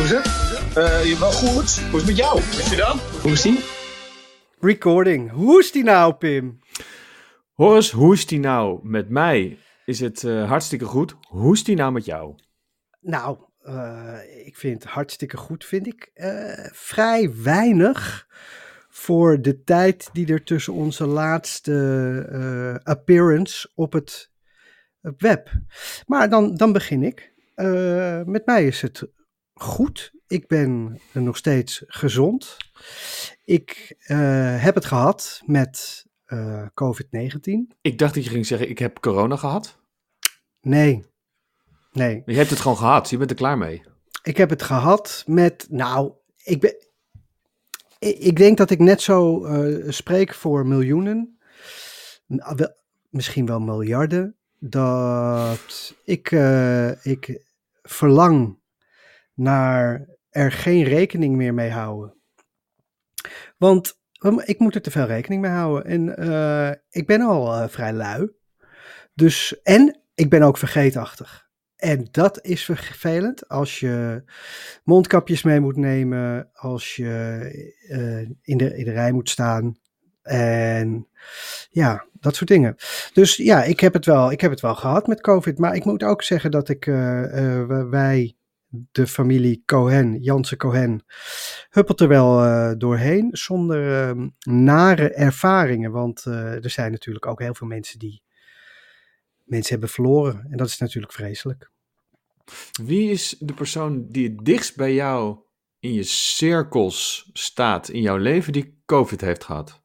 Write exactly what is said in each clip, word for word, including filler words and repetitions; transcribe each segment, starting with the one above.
Hoe is het? Uh, je wel goed? Hoe is het met jou? Is je dan? Hoe is die? Recording. Hoe is die nou, Pim? Horus, hoe is die nou? Met mij is het uh, hartstikke goed. Hoe is die nou met jou? Nou, uh, ik vind het hartstikke goed, vind ik. Uh, vrij weinig voor de tijd die er tussen onze laatste uh, appearance op het web. Maar dan, dan begin ik. Uh, met mij is het goed. Ik ben nog steeds gezond. Ik uh, heb het gehad met uh, covid negentien. Ik dacht dat je ging zeggen, ik heb corona gehad. Nee, nee. Je hebt het gewoon gehad, je bent er klaar mee. Ik heb het gehad met, nou, ik, ben, ik, ik denk dat ik net zo uh, spreek voor miljoenen, misschien wel miljarden, dat ik, uh, ik verlang naar er geen rekening meer mee houden. Want ik moet er te veel rekening mee houden. En uh, ik ben al uh, vrij lui. Dus, en ik ben ook vergeetachtig. En dat is vervelend als je mondkapjes mee moet nemen. Als je uh, in, de, in de rij moet staan. En ja, dat soort dingen. Dus ja, ik heb het wel, ik heb het wel gehad met COVID. Maar ik moet ook zeggen dat ik, uh, uh, wij... de familie Cohen, Jansen Cohen, huppelt er wel uh, doorheen zonder uh, nare ervaringen. Want uh, er zijn natuurlijk ook heel veel mensen die mensen hebben verloren. En dat is natuurlijk vreselijk. Wie is de persoon die het dichtst bij jou in je cirkels staat in jouw leven die COVID heeft gehad?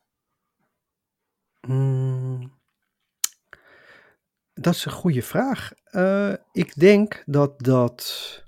Hmm, dat is een goede vraag. Uh, ik denk dat dat...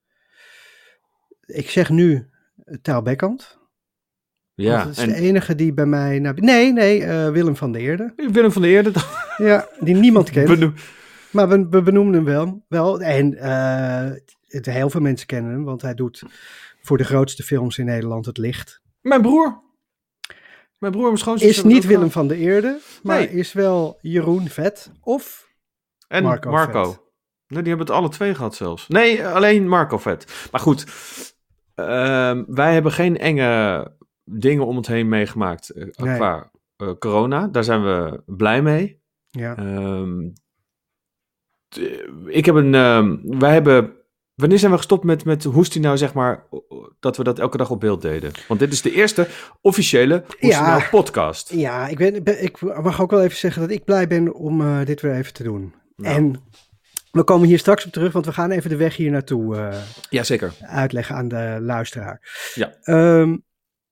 Ik zeg nu Taal Bekkant. Ja. Dat is en... de enige die bij mij... Naar... Nee, nee, uh, Willem van der Eerde. Willem van der Eerde? Ja, die niemand kent. Beno... Maar we, we benoemen hem wel. wel. En uh, het, heel veel mensen kennen hem, want hij doet voor de grootste films in Nederland Het Licht. Mijn broer. Mijn broer en mijn schoonzus. Is niet Willem van der Eerde, maar nee. Is wel Jeroen Vet of en Marco, Marco. Vet. Nee, die hebben het alle twee gehad zelfs. Nee, alleen Marco Vet. Maar goed, uh, wij hebben geen enge dingen om het heen meegemaakt uh, nee. qua uh, corona. Daar zijn we blij mee. Ja. Um, t- ik heb een... Um, wij hebben... Wanneer zijn we gestopt met, met Hoestie nou, zeg maar, dat we dat elke dag op beeld deden? Want dit is de eerste officiële Hoestie ja, nou podcast. Ja, ik, ben, ik mag ook wel even zeggen dat ik blij ben om uh, dit weer even te doen. Nou. En we komen hier straks op terug, want we gaan even de weg hier naartoe uh, ja, zeker. uitleggen aan de luisteraar. Ja. Um,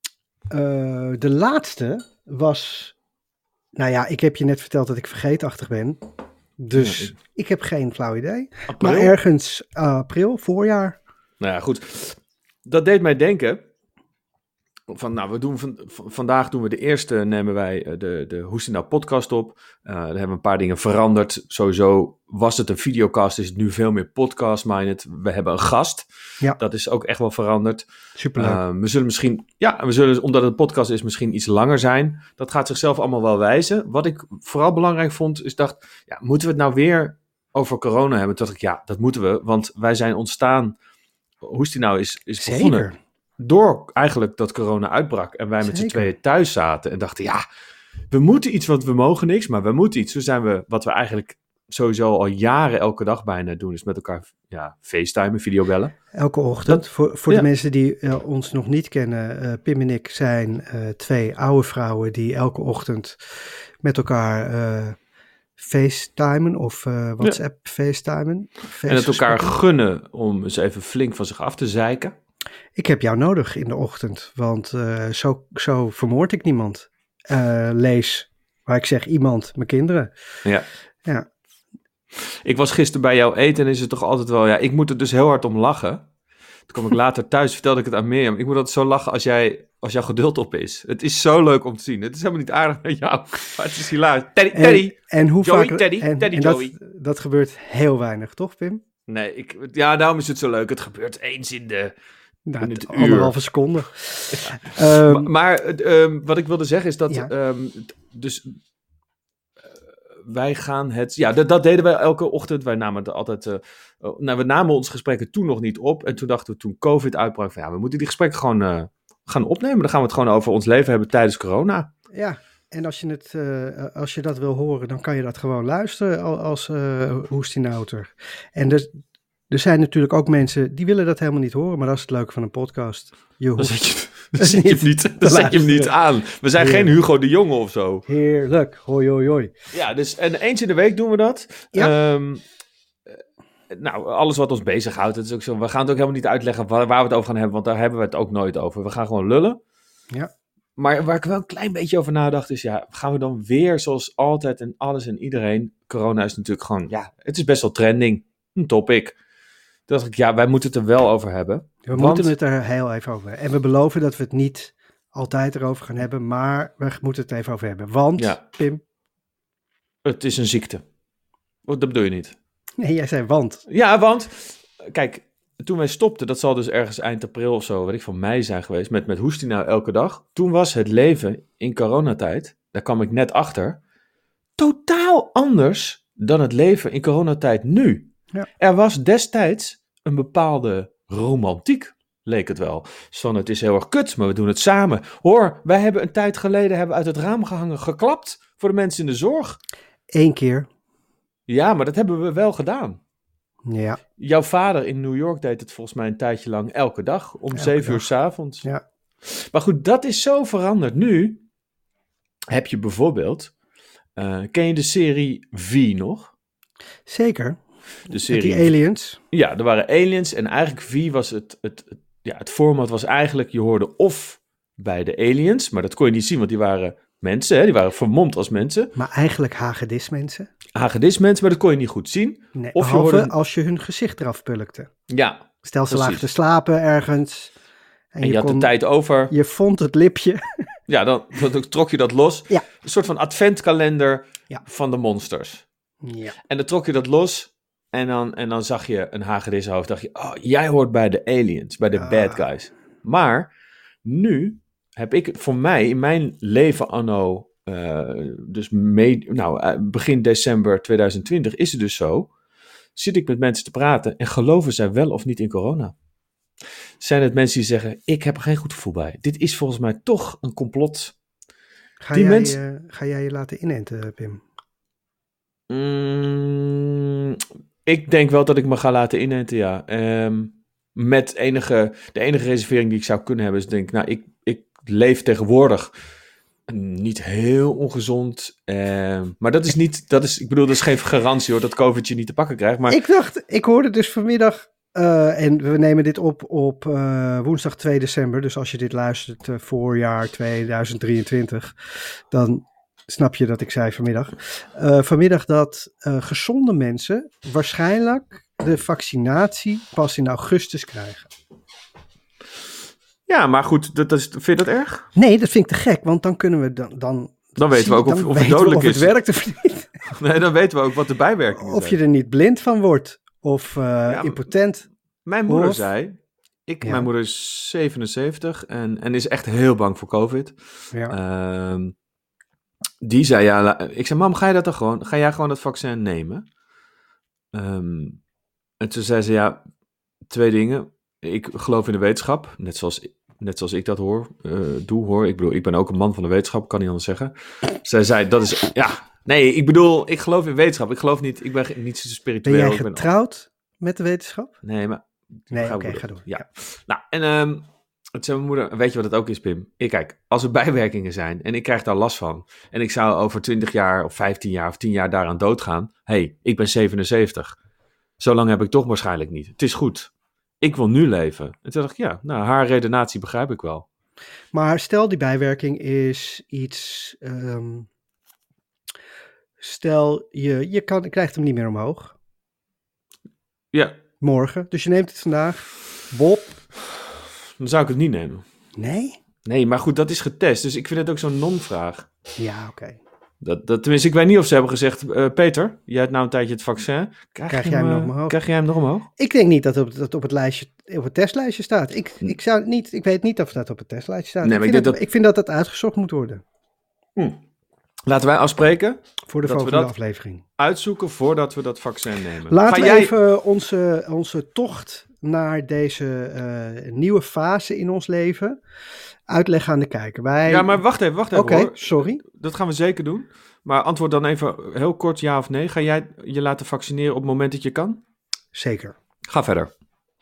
uh, de laatste was, nou ja, ik heb je net verteld dat ik vergeetachtig ben. Dus ja, ik... ik heb geen flauw idee. April? Maar ergens uh, april, voorjaar. Nou ja, goed. Dat deed mij denken. Van, nou, we doen van, v- vandaag doen we de eerste, nemen wij de, de Hoestie nou podcast op. Uh, daar hebben we een paar dingen veranderd. Sowieso was het een videocast, is het nu veel meer podcast-minded. We hebben een gast. Ja. Dat is ook echt wel veranderd. Superleuk. Uh, we zullen misschien, ja, we zullen, omdat het een podcast is, misschien iets langer zijn. Dat gaat zichzelf allemaal wel wijzen. Wat ik vooral belangrijk vond, is dacht, ja, moeten we het nou weer over corona hebben? Toen dacht ik, ja, dat moeten we, want wij zijn ontstaan. Hoestie nou is, is begonnen. Zeker. Door eigenlijk dat corona uitbrak en wij met Zeker. z'n tweeën thuis zaten en dachten, ja, we moeten iets, want we mogen niks, maar we moeten iets. Zo zijn we, wat we eigenlijk sowieso al jaren elke dag bijna doen, is met elkaar ja, facetimen, videobellen. Elke ochtend. Dat, voor voor ja. de mensen die uh, ons nog niet kennen, uh, Pim en ik zijn uh, twee oude vrouwen die elke ochtend met elkaar uh, facetimen of uh, WhatsApp ja. facetimen. En het elkaar gunnen om eens even flink van zich af te zeiken. Ik heb jou nodig in de ochtend, want uh, zo, zo vermoord ik niemand. Uh, lees, waar ik zeg iemand, mijn kinderen. Ja. ja. Ik was gisteren bij jou eten en is het toch altijd wel, ja, ik moet er dus heel hard om lachen. Toen kwam ik later thuis, vertelde ik het aan Mirjam. Ik moet altijd zo lachen als, jij, als jouw geduld op is. Het is zo leuk om te zien. Het is helemaal niet aardig met jou, maar het is hilarisch. Teddy, Teddy. En, en hoe Joey, vaak... Teddy, en, Teddy, en Joey. Dat, dat gebeurt heel weinig, toch Pim? Nee, ik, ja, daarom is het zo leuk. Het gebeurt eens in de... Nou, het anderhalve seconde. Ja. Um, maar maar um, wat ik wilde zeggen is dat... Ja. Um, dus uh, wij gaan het... Ja, dat, dat deden wij elke ochtend. Wij namen het altijd... Uh, uh, nou, we namen onze gesprekken toen nog niet op. En toen dachten we, toen COVID uitbrak, van ja, we moeten die gesprekken gewoon uh, gaan opnemen. Dan gaan we het gewoon over ons leven hebben tijdens corona. Ja, en als je, het, uh, als je dat wil horen, dan kan je dat gewoon luisteren als uh, hoestinouter. En er, er zijn natuurlijk ook mensen die willen dat helemaal niet horen, maar dat is het leuke van een podcast. Je hoeft... Dan zet je, dan zet je, hem, niet, dan zet je hem niet aan. We zijn Heerlijk. Geen Hugo de Jonge of zo. Heerlijk, hoi hoi hoi. Ja, dus en eens in de week doen we dat. Ja. Um, nou, alles wat ons bezighoudt, het is ook zo. We gaan het ook helemaal niet uitleggen waar, waar we het over gaan hebben, want daar hebben we het ook nooit over. We gaan gewoon lullen. Ja. Maar waar ik wel een klein beetje over nadacht is, ja, gaan we dan weer zoals altijd en alles en iedereen. Corona is natuurlijk gewoon, ja, het is best wel trending. Een topic. Toen dacht ik, ja, wij moeten het er wel over hebben. We want... moeten het er heel even over hebben. En we beloven dat we het niet altijd erover gaan hebben, maar we moeten het even over hebben. Want, ja. Pim... Het is een ziekte. Dat bedoel je niet? Nee, jij zei want. Ja, want, kijk, toen wij stopten, dat zal dus ergens eind april of zo, weet ik, van mei zijn geweest, met, met Hoestina elke dag. Toen was het leven in coronatijd, daar kwam ik net achter, totaal anders dan het leven in coronatijd nu. Ja. Er was destijds een bepaalde romantiek, leek het wel. Van het is heel erg kut, maar we doen het samen. Hoor, wij hebben een tijd geleden hebben uit het raam gehangen, geklapt voor de mensen in de zorg. Eén keer. Ja, maar dat hebben we wel gedaan. Ja. Jouw vader in New York deed het volgens mij een tijdje lang elke dag, om elke zeven dag. uur 's avonds. Ja. Maar goed, dat is zo veranderd. Nu heb je bijvoorbeeld, uh, ken je de serie V nog? Zeker. De serie Met die aliens. Ja, er waren aliens en eigenlijk V was het, het, het, ja, het format was eigenlijk, je hoorde of bij de aliens, maar dat kon je niet zien, want die waren mensen, hè, die waren vermomd als mensen. Maar eigenlijk hagedismensen. Hagedismensen, maar dat kon je niet goed zien. Nee, of je behalve hoorde... als je hun gezicht eraf pulkte. Ja, Stel, ze precies. lagen te slapen ergens. En, en je, je had kon, de tijd over. Je vond het lipje. Ja, dan, dan trok je dat los. Ja. Een soort van adventkalender ja. van de monsters. Ja. En dan trok je dat los. En dan, en dan zag je een hagedishoofd. Dacht je, oh, jij hoort bij de aliens, bij de ah. bad guys. Maar nu heb ik voor mij in mijn leven anno, uh, dus me, nou, uh, begin december tweeduizend twintig is het dus zo. Zit ik met mensen te praten en geloven zij wel of niet in corona? Zijn het mensen die zeggen, ik heb er geen goed gevoel bij. Dit is volgens mij toch een complot. Ga, die jij, mensen... uh, ga jij je laten inenten, Pim? Mm, ik denk wel dat ik me ga laten inenten, ja. Um, met enige, de enige reservering die ik zou kunnen hebben is denk ik, nou, ik, ik leef tegenwoordig niet heel ongezond. Uh, maar dat is niet, dat is, ik bedoel, dat is geen garantie hoor, dat COVID je niet te pakken krijgt. Maar... Ik dacht, ik hoorde dus vanmiddag, uh, en we nemen dit op op uh, woensdag twee december, dus als je dit luistert uh, voorjaar tweeduizend drieëntwintig, dan snap je dat ik zei vanmiddag. Uh, vanmiddag dat uh, gezonde mensen waarschijnlijk de vaccinatie pas in augustus krijgen. Ja, maar goed, dat is, vind je dat erg? Nee, dat vind ik te gek, want dan kunnen we dan... Dan, dan weten we ook of, of het dodelijk of is. Of het werkt of niet. Nee, dan weten we ook wat de bijwerkingen zijn. Of je er niet blind van wordt, of uh, ja, impotent. Mijn moeder of, zei, ik, ja. mijn moeder is zevenenzeventig en, en is echt heel bang voor COVID. Ja. Uh, die zei, ja, ik zei, mam, ga je dat dan gewoon, ga jij gewoon dat vaccin nemen? Um, en toen zei ze, ja, twee dingen. Ik geloof in de wetenschap, net zoals, net zoals ik dat hoor, uh, doe hoor. Ik bedoel, ik ben ook een man van de wetenschap, kan niet anders zeggen. Zij zei, dat is, ja, nee, ik bedoel, ik geloof in wetenschap. Ik geloof niet, ik ben niet zo spiritueel. Ben jij getrouwd ben, met de wetenschap? Nee, maar... Nee, oké, okay, ga door. Ja. ja. Nou, en um, het zei mijn moeder, weet je wat het ook is, Pim? Ik kijk, als er bijwerkingen zijn en ik krijg daar last van en ik zou over twintig jaar of vijftien jaar of tien jaar daaraan doodgaan. Hé, hey, ik ben zevenenzeventig. Zo lang heb ik toch waarschijnlijk niet. Het is goed. Ik wil nu leven. En toen dacht ik, ja, nou, haar redenatie begrijp ik wel. Maar stel die bijwerking is iets... Um, stel, je, je, kan, je krijgt hem niet meer omhoog. Ja. Morgen. Dus je neemt het vandaag. Bob. Dan zou ik het niet nemen. Nee? Nee, maar goed, dat is getest. Dus ik vind het ook zo'n non-vraag. Ja, oké. Okay. Dat, dat, tenminste, ik weet niet of ze hebben gezegd... Uh, Peter, jij hebt nou een tijdje het vaccin. Krijg, krijg jij hem, hem nog omhoog? Krijg jij hem nog omhoog? Ik denk niet dat het, dat op, het lijstje, op het testlijstje staat. Ik, hm. ik, zou niet, ik weet niet of dat op het testlijstje staat. Nee, ik, maar vind ik, dat, dat... ik vind dat dat uitgezocht moet worden. Hm. Laten wij afspreken Voor de dat we volgende dat aflevering. uitzoeken voordat we dat vaccin nemen. Laten Ga we jij... even onze, onze tocht naar deze uh, nieuwe fase in ons leven uitleggen aan de kijker. Wij... Ja, maar wacht even, wacht even Oké, hoor. sorry. Dat gaan we zeker doen. Maar antwoord dan even heel kort ja of nee. Ga jij je laten vaccineren op het moment dat je kan? Zeker. Ga verder.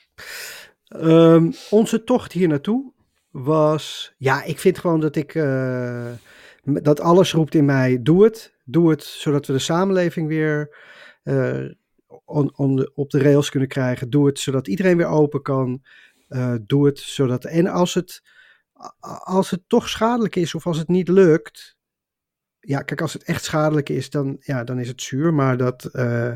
Um, onze tocht hier naartoe was... Ja, ik vind gewoon dat ik... Uh, dat alles roept in mij, doe het. Doe het, zodat we de samenleving weer uh, on, on de, op de rails kunnen krijgen. Doe het, zodat iedereen weer open kan. Uh, doe het, zodat... En als het, als het toch schadelijk is of als het niet lukt... Ja, kijk, als het echt schadelijk is, dan, ja, dan is het zuur. Maar dat, uh,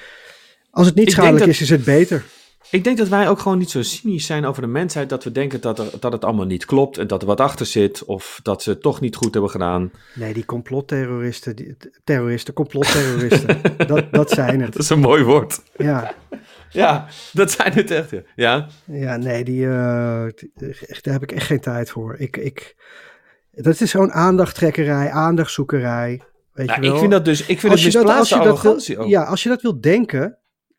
als het niet ik schadelijk dat, is, is het beter. Ik denk dat wij ook gewoon niet zo cynisch zijn over de mensheid... dat we denken dat, er, dat het allemaal niet klopt en dat er wat achter zit... of dat ze het toch niet goed hebben gedaan. Nee, die complotterroristen, die, terroristen, complotterroristen, dat, dat zijn het. Dat is een mooi woord. Ja. Ja, dat zijn het echt. Ja, ja nee, die, uh, die, daar heb ik echt geen tijd voor. Ik... ik Dat is zo'n aandachttrekkerij, aandachtzoekerij. Weet ja, je wel? Ik vind dat dus, ik vind als het je misplaatste dat, als je arrogantie dat wil, ook. Ja, als je dat wilt denken,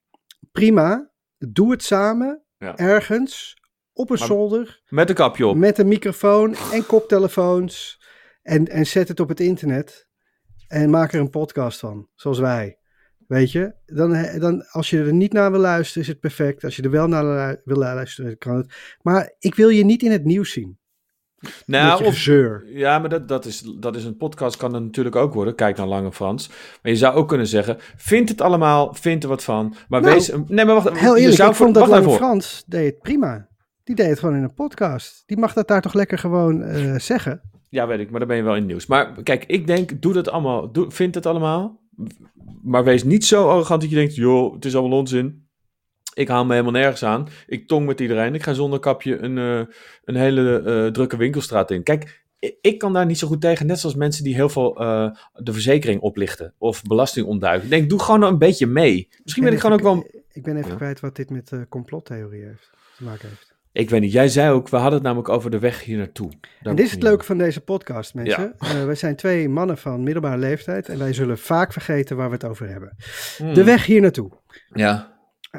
prima. Doe het samen, ja. ergens, op een maar zolder. Met een kapje op. Met een microfoon en koptelefoons. En, en zet het op het internet. En maak er een podcast van, zoals wij. Weet je, dan, dan, als je er niet naar wil luisteren, is het perfect. Als je er wel naar wil luisteren, kan het. Maar ik wil je niet in het nieuws zien. Nou, of, gezeur. Ja, maar dat, dat, is, dat is een podcast, kan het natuurlijk ook worden. Kijk naar Lange Frans. Maar je zou ook kunnen zeggen, vind het allemaal, vind er wat van. Maar nou, wees... Nee, maar wacht. Heel eerlijk, zou ik vond voor, dat Lange Frans deed het prima. Die deed het gewoon in een podcast. Die mag dat daar toch lekker gewoon uh, zeggen. Ja, weet ik, maar dan ben je wel in het nieuws. Maar kijk, ik denk, doe dat allemaal. Doe, vind het allemaal. Maar wees niet zo arrogant dat je denkt, joh, het is allemaal onzin. Ik haal me helemaal nergens aan. Ik tong met iedereen. Ik ga zonder kapje een, uh, een hele uh, drukke winkelstraat in. Kijk, ik, ik kan daar niet zo goed tegen. Net zoals mensen die heel veel uh, de verzekering oplichten. Of belasting ontduiken. Ik denk, doe gewoon een beetje mee. Misschien ben ik gewoon ook wel... Ik ben even ja. kwijt wat dit met uh, complottheorie heeft, te maken heeft. Ik weet niet. Jij zei ook, we hadden het namelijk over de weg hier naartoe. Daar en dit is het leuke van deze podcast, mensen. Ja. Uh, wij zijn twee mannen van middelbare leeftijd. En wij zullen vaak vergeten waar we het over hebben. Hmm. De weg hier naartoe. Ja.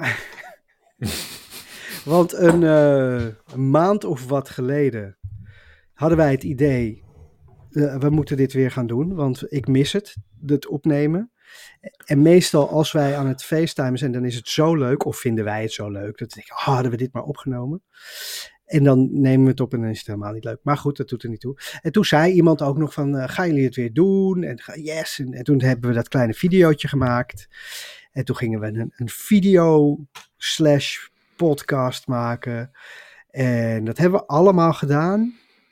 Want een, uh, een maand of wat geleden hadden wij het idee, uh, we moeten dit weer gaan doen, want ik mis het, het opnemen. En meestal als wij aan het facetimen zijn, dan is het zo leuk, of vinden wij het zo leuk, dat we denken, oh, hadden we dit maar opgenomen. En dan nemen we het op en dan is het helemaal niet leuk. Maar goed, dat doet er niet toe. En toen zei iemand ook nog van, uh, gaan jullie het weer doen? En yes, en, en toen hebben we dat kleine videootje gemaakt. En toen gingen we een, een video slash podcast maken. En dat hebben we allemaal gedaan.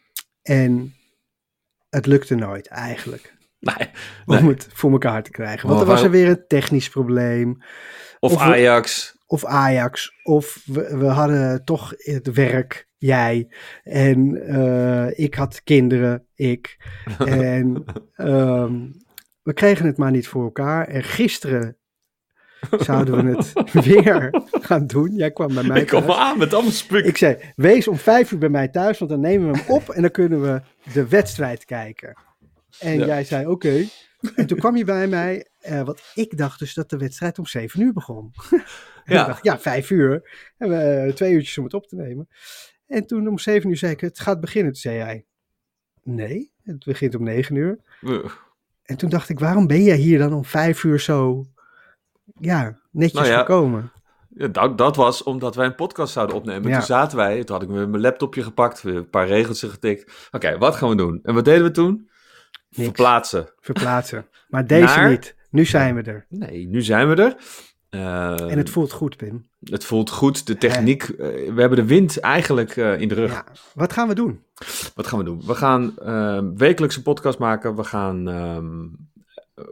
En het lukte nooit eigenlijk. Nee, nee. Om het voor elkaar te krijgen. Want oh, er was er weer een technisch probleem. Of, of Ajax. We, of Ajax. Of we, we hadden toch het werk. Jij. En uh, ik had kinderen. Ik. En um, we kregen het maar niet voor elkaar. En gisteren zouden we het weer gaan doen. Jij kwam bij mij Ik kom thuis. aan met allemaal spuk. Ik zei, wees om vijf uur bij mij thuis, want dan nemen we hem op en dan kunnen we de wedstrijd kijken. En ja. jij zei, oké. Okay. En toen kwam je bij mij, uh, want ik dacht dus dat de wedstrijd om zeven uur begon. Ja. Ik dacht, ja, vijf uur. En we uh, twee uurtjes om het op te nemen. En toen om zeven uur zei ik, het gaat beginnen. Toen zei jij, nee, het begint om negen uur. Uh. En toen dacht ik, waarom ben jij hier dan om vijf uur zo... Ja, netjes nou ja, gekomen. Ja, dat, dat was omdat wij een podcast zouden opnemen. Ja. Toen zaten wij, toen had ik mijn laptopje gepakt, een paar regels getikt. Oké, okay, wat gaan we doen? En wat deden we toen? Niks. Verplaatsen. Verplaatsen. Maar deze Naar... niet. Nu zijn we er. Nee, nu zijn we er. Uh, en het voelt goed, Pim. Het voelt goed. De techniek, uh, we hebben de wind eigenlijk uh, in de rug. Ja. Wat gaan we doen? Wat gaan we doen? We gaan uh, wekelijks een podcast maken. We gaan... Um, uh,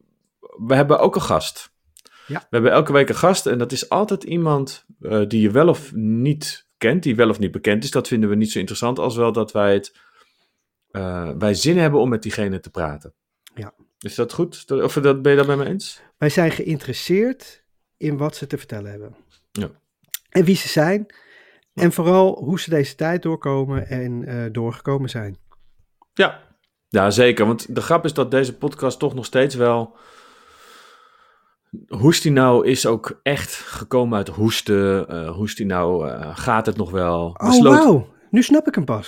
we hebben ook een gast. Ja. We hebben elke week een gast en dat is altijd iemand uh, die je wel of niet kent, die wel of niet bekend is. Dat vinden we niet zo interessant, als wel dat wij, het, uh, wij zin hebben om met diegene te praten. Ja. Is dat goed? Of dat, ben je dat met me eens? Wij zijn geïnteresseerd in wat ze te vertellen hebben. Ja. En wie ze zijn. Ja. En vooral hoe ze deze tijd doorkomen en uh, doorgekomen zijn. Ja. Ja, zeker. Want de grap is dat deze podcast toch nog steeds wel... Hoest hij nou is ook echt gekomen uit hoesten. Uh, hoest hij nou, uh, gaat het nog wel? Oh, sloot... wauw. Nu snap ik hem pas.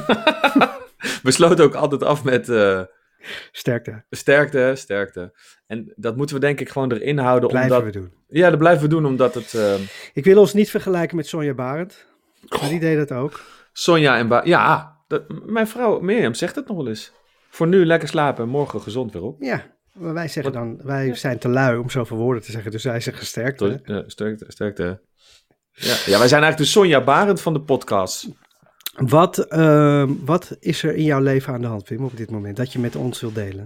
We sloten ook altijd af met... Uh... Sterkte. Sterkte, sterkte. En dat moeten we denk ik gewoon erin houden. Blijven omdat... we doen. Ja, dat blijven we doen omdat het... Uh... Ik wil ons niet vergelijken met Sonja Barend. Maar die deed dat ook. Sonja en Barend. Ja, dat... mijn vrouw Mirjam zegt het nog wel eens. Voor nu lekker slapen en morgen gezond weer op. Ja, maar wij zeggen dan... Wij ja. zijn te lui om zoveel woorden te zeggen. Dus wij zeggen sterkte. Ja, sterkte, sterkte. Ja. ja, wij zijn eigenlijk de Sonja Barend van de podcast. Wat, uh, wat is er in jouw leven aan de hand, Wim, op dit moment? Dat je met ons wilt delen?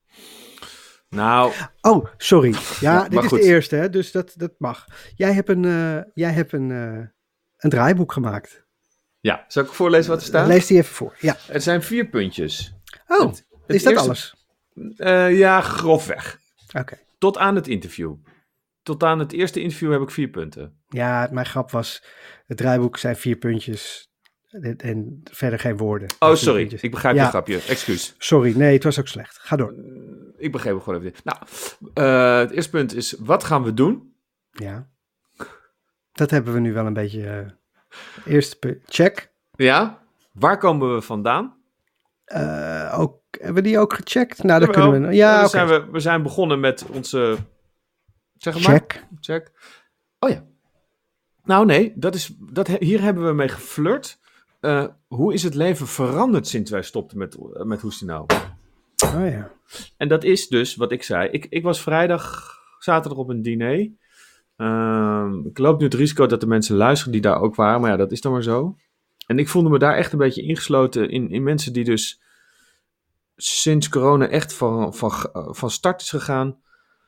Nou... Oh, sorry. Ja, ja dit is goed. de eerste, hè? Dus dat, dat mag. Jij hebt, een, uh, jij hebt een, uh, een draaiboek gemaakt. Ja, zal ik voorlezen wat er staat? Lees die even voor, ja. Er zijn vier puntjes. Oh, het, het is dat eerste, alles? Uh, ja, grofweg. Oké. Okay. Tot aan het interview. Tot aan het eerste interview heb ik vier punten. Ja, mijn grap was, het draaiboek zijn vier puntjes en, en verder geen woorden. Oh, sorry. Puntjes. Ik begrijp ja. je grapje. Excuus. Sorry, nee, het was ook slecht. Ga door. Uh, ik begreep het gewoon even. Nou, uh, het eerste punt is, wat gaan we doen? Ja. Dat hebben we nu wel een beetje... Uh, eerste punt. Check. Ja. Waar komen we vandaan? Uh, ook, hebben we die ook gecheckt? Nou, dan Jawel. kunnen we... Ja, dan okay. zijn we, we zijn begonnen met onze... Zeg maar. Check. Check. Oh ja. Nou nee, dat is, dat, hier hebben we mee geflirt. Uh, hoe is het leven veranderd sinds wij stopten met, uh, met Hoestinau? Oh ja. En dat is dus wat ik zei. Ik, ik was vrijdag, zaterdag op een diner. Uh, ik loop nu het risico dat de mensen luisteren die daar ook waren. Maar ja, dat is dan maar zo. En ik voelde me daar echt een beetje ingesloten in, in mensen die dus sinds corona echt van, van, van start is gegaan.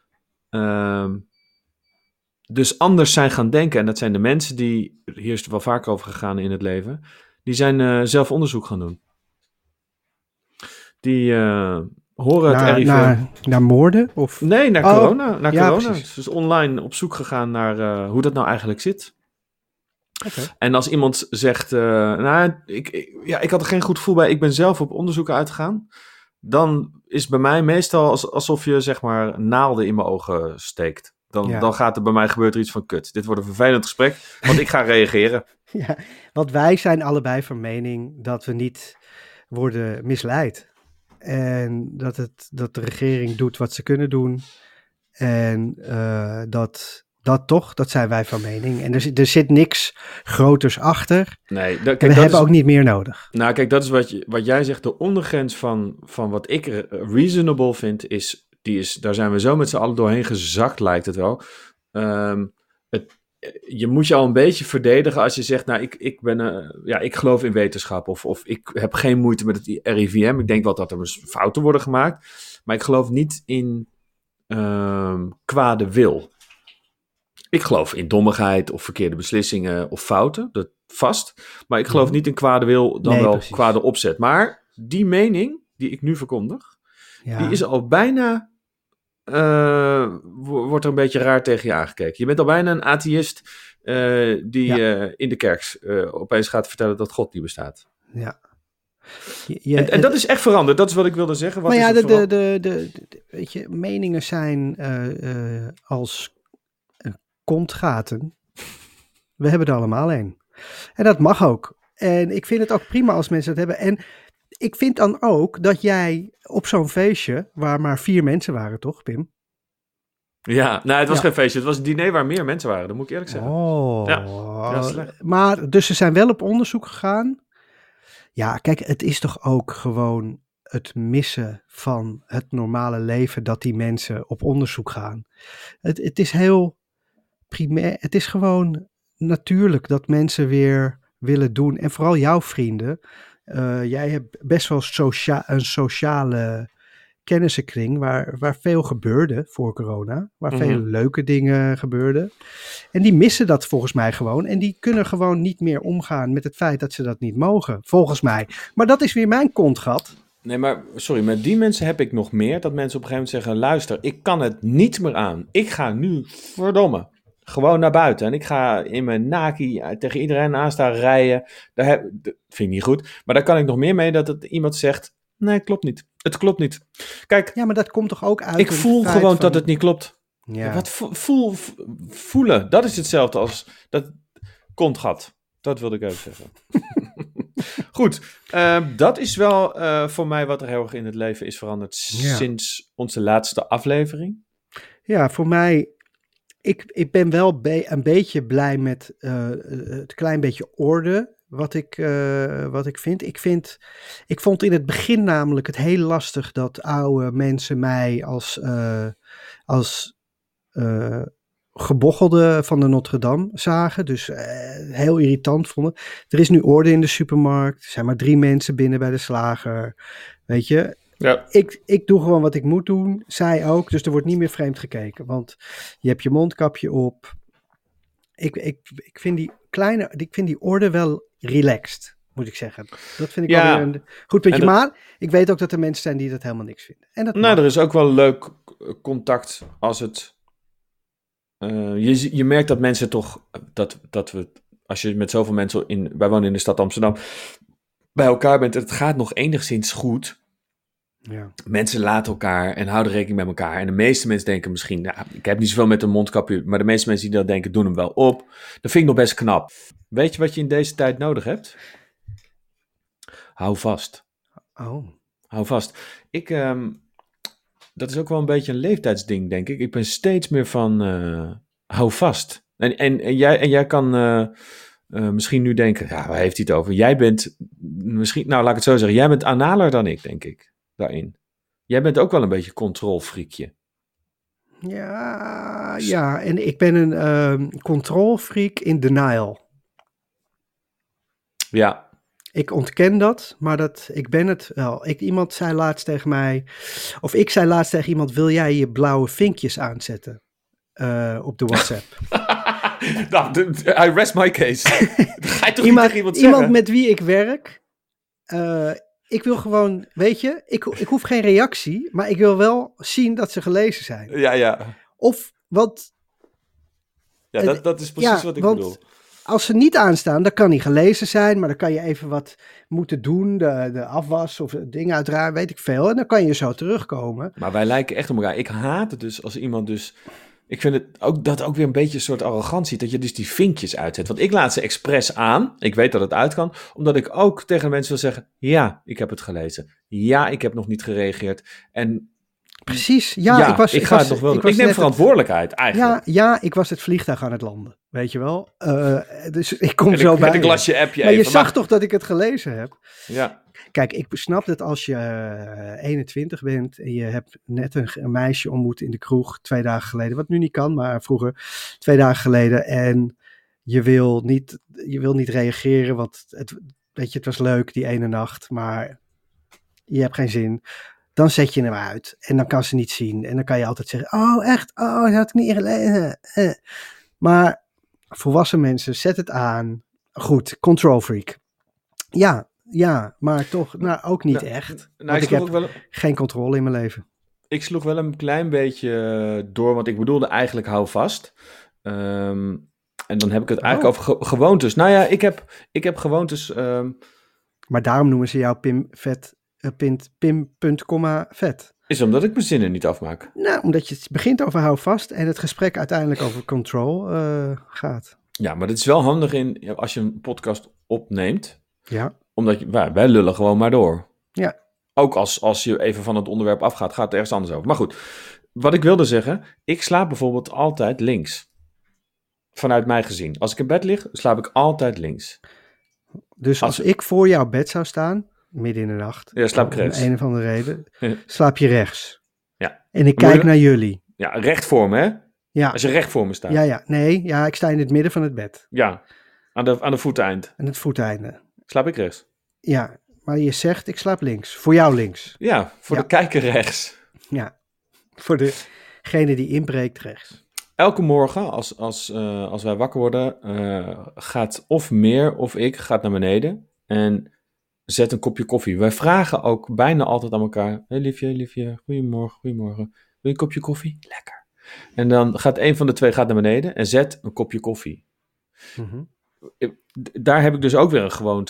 Uh, dus anders zijn gaan denken. En dat zijn de mensen die, hier is het wel vaker over gegaan in het leven, die zijn uh, zelf onderzoek gaan doen. Die uh, horen naar, het R I V. Naar, naar moorden? Of? Nee, naar oh, corona. Naar ja, corona. Dus online op zoek gegaan naar uh, hoe dat nou eigenlijk zit. Okay. En als iemand zegt, uh, nou, ik, ik, ja, ik had er geen goed gevoel bij, ik ben zelf op onderzoek uitgegaan, dan is bij mij meestal als, alsof je zeg maar naalden in mijn ogen steekt. Dan, ja. dan gaat er bij mij gebeurt er iets van kut. Dit wordt een vervelend gesprek, want ik ga reageren. Ja, want wij zijn allebei van mening dat we niet worden misleid. En dat, het, dat de regering doet wat ze kunnen doen. En uh, dat... Dat toch, dat zijn wij van mening. En er, er zit niks groters achter. Nee, dat, kijk, en we dat hebben is, ook niet meer nodig. Nou, kijk, dat is wat, je, wat jij zegt. De ondergrens van, van wat ik reasonable vind, is, die is, daar zijn we zo met z'n allen doorheen gezakt, lijkt het wel. Um, het, je moet je al een beetje verdedigen als je zegt, nou, ik, ik, ben, uh, ja, ik geloof in wetenschap. Of, of ik heb geen moeite met het R I V M. Ik denk wel dat er fouten worden gemaakt. Maar ik geloof niet in um, kwade wil. Ik geloof in dommigheid of verkeerde beslissingen of fouten, dat vast. Maar ik geloof niet in kwade wil, dan nee, wel precies. kwade opzet. Maar die mening die ik nu verkondig, ja. die is al bijna, uh, wordt er een beetje raar tegen je aangekeken. Je bent al bijna een atheïst uh, die ja. uh, in de kerk uh, opeens gaat vertellen dat God niet bestaat. Ja. Je, je, en, en dat is echt veranderd, dat is wat ik wilde zeggen. Wat maar ja, is de, de, de, de, de, weet je, meningen zijn uh, uh, als... kontgaten. We hebben er allemaal een. En dat mag ook. En ik vind het ook prima als mensen dat hebben. En ik vind dan ook dat jij op zo'n feestje, waar maar vier mensen waren, toch, Pim? Ja, nou, het was ja. geen feestje. Het was een diner waar meer mensen waren. Dat moet ik eerlijk zeggen. Oh. Ja, ja slecht. Maar, dus ze zijn wel op onderzoek gegaan. Ja, kijk, het is toch ook gewoon het missen van het normale leven dat die mensen op onderzoek gaan. Het, het is heel primair, het is gewoon natuurlijk dat mensen weer willen doen. En vooral jouw vrienden. Uh, jij hebt best wel socia- een sociale kennissenkring waar, waar veel gebeurde voor corona. Waar mm-hmm. veel leuke dingen gebeurden. En die missen dat volgens mij gewoon. En die kunnen gewoon niet meer omgaan met het feit dat ze dat niet mogen. Volgens mij. Maar dat is weer mijn kontgat. Nee, maar sorry, met die mensen heb ik nog meer. Dat mensen op een gegeven moment zeggen, luister, ik kan het niet meer aan. Ik ga nu, verdomme, gewoon naar buiten. En ik ga in mijn naki tegen iedereen aan staan rijden. Daar heb, dat vind ik niet goed. Maar daar kan ik nog meer mee dat het iemand zegt, Nee, klopt niet. Het klopt niet. Kijk, Ja, maar dat komt toch ook uit... ik een voel feit gewoon van- dat het niet klopt. Ja. Wat vo- voel, v- voelen, dat is hetzelfde als dat kontgat. Dat wilde ik even zeggen. Goed, uh, dat is wel uh, voor mij wat er heel erg in het leven is veranderd Ja. sinds onze laatste aflevering. Ja, voor mij... Ik, ik ben wel be- een beetje blij met uh, het klein beetje orde wat ik, uh, wat ik vind. Ik vind. Ik vond in het begin namelijk het heel lastig dat oude mensen mij als, uh, als uh, gebochelde van de Notre Dame zagen. Dus uh, heel irritant vonden. Er is nu orde in de supermarkt. Er zijn maar drie mensen binnen bij de slager. Weet je... Ja. Ik, ik doe gewoon wat ik moet doen, zij ook, dus er wordt niet meer vreemd gekeken, want je hebt je mondkapje op. Ik, ik, ik, vind die kleine, ik vind die orde wel relaxed, moet ik zeggen. Dat vind ik ja. alweer een goed puntje, dat... maar ik weet ook dat er mensen zijn die dat helemaal niks vinden. En dat nou, mag. er is ook wel leuk contact als het... Uh, je, je merkt dat mensen toch, dat, dat we, als je met zoveel mensen in, wij wonen in de stad Amsterdam, bij elkaar bent, het gaat nog enigszins goed. Ja. Mensen laten elkaar en houden rekening met elkaar. En de meeste mensen denken misschien, nou, ik heb niet zoveel met een mondkapje, maar de meeste mensen die dat denken, doen hem wel op. Dat vind ik nog best knap. Weet je wat je in deze tijd nodig hebt? Hou vast. Oh. Hou vast. Ik, um, dat is ook wel een beetje een leeftijdsding, denk ik. Ik ben steeds meer van, uh, hou vast. En, en, en, jij, en jij kan uh, uh, misschien nu denken, ja, waar heeft hij het over? Jij bent misschien, nou laat ik het zo zeggen, jij bent analer dan ik, denk ik. Daarin. Jij bent ook wel een beetje controlfreakje. Ja, ja, en ik ben een uh, controlfreak in denial. Ja. Ik ontken dat, maar dat, ik ben het wel. Ik, iemand zei laatst tegen mij, of ik zei laatst tegen iemand, wil jij je blauwe vinkjes aanzetten uh, op de WhatsApp? Nou, I rest my case. Ga je toch iemand, niet tegen iemand zeggen? Iemand met wie ik werk... Uh, Ik wil gewoon, weet je, ik, ik hoef geen reactie, maar ik wil wel zien dat ze gelezen zijn. Ja, ja. Of wat... Ja, dat, dat is precies ja, wat ik want bedoel. Als ze niet aanstaan, dan kan die gelezen zijn, maar dan kan je even wat moeten doen, de, de afwas of dingen uiteraard, weet ik veel. En dan kan je zo terugkomen. Maar wij lijken echt op elkaar. Ik haat het dus als iemand dus... Ik vind het ook, dat ook weer een beetje een soort arrogantie, dat je dus die vinkjes uitzet. Want ik laat ze expres aan, ik weet dat het uit kan, omdat ik ook tegen de mensen wil zeggen, ja, ik heb het gelezen. Ja, ik heb nog niet gereageerd. En precies, ja, ja ik was... Ik, ik, ga was, het nog wel ik, ik neem verantwoordelijkheid, het, eigenlijk. Ja, ja, ik was het vliegtuig aan het landen, weet je wel. Uh, dus ik kom en zo ik, bij. Ik las je appje maar even. je zag maar... toch dat ik het gelezen heb? Ja. Kijk, ik snap dat als je uh, eenentwintig bent en je hebt net een, een meisje ontmoet in de kroeg twee dagen geleden, wat nu niet kan, maar vroeger twee dagen geleden, en je wil niet, je wil niet reageren, want het, weet je, het was leuk die ene nacht, maar je hebt geen zin. Dan zet je hem uit en dan kan ze niet zien en dan kan je altijd zeggen, oh echt, oh dat had ik niet gelezen. Maar volwassen mensen, zet het aan. Goed, control freak. Ja. Ja, maar toch nou, ook niet nou, echt. Nou, want ik, ik heb ook wel... geen controle in mijn leven. Ik sloeg wel een klein beetje door, want ik bedoelde eigenlijk hou vast. Um, en dan heb ik het eigenlijk oh. over ge- gewoontes. Nou ja, ik heb, ik heb gewoontes... Um... Maar daarom noemen ze jou Pim vet, uh, pint, Pim punt komma vet. Is omdat ik mijn zinnen niet afmaak. Nou, omdat je het begint over hou vast en het gesprek uiteindelijk over control uh, gaat. Ja, maar het is wel handig in als je een podcast opneemt. Ja. Omdat je, wij, wij lullen gewoon maar door. Ja. Ook als, als je even van het onderwerp afgaat, gaat het ergens anders over. Maar goed, wat ik wilde zeggen, ik slaap bijvoorbeeld altijd links. Vanuit mij gezien. Als ik in bed lig, slaap ik altijd links. Dus als, als ik voor jouw bed zou staan, midden in de nacht. Ja, slaap ik rechts. Om een of andere reden. Slaap je rechts. Ja. En ik kijk je... naar jullie. Ja, recht voor me, hè? Ja. Als je recht voor me staat. Ja, ja. Nee, ja, ik sta in het midden van het bed. Ja, aan de, aan de voeteind. Aan het voeteinde. Slaap ik rechts. Ja, maar je zegt, ik slaap links. Voor jou links. Ja, voor ja. de kijker rechts. Ja, voor degene die inbreekt rechts. Elke morgen, als, als, uh, als wij wakker worden, uh, gaat of meer of ik gaat naar beneden en zet een kopje koffie. Wij vragen ook bijna altijd aan elkaar, hé hey, liefje, liefje, goedemorgen, goedemorgen. Wil je een kopje koffie? Lekker. En dan gaat een van de twee gaat naar beneden en zet een kopje koffie. Mm-hmm. Daar heb ik dus ook weer een gewoonte.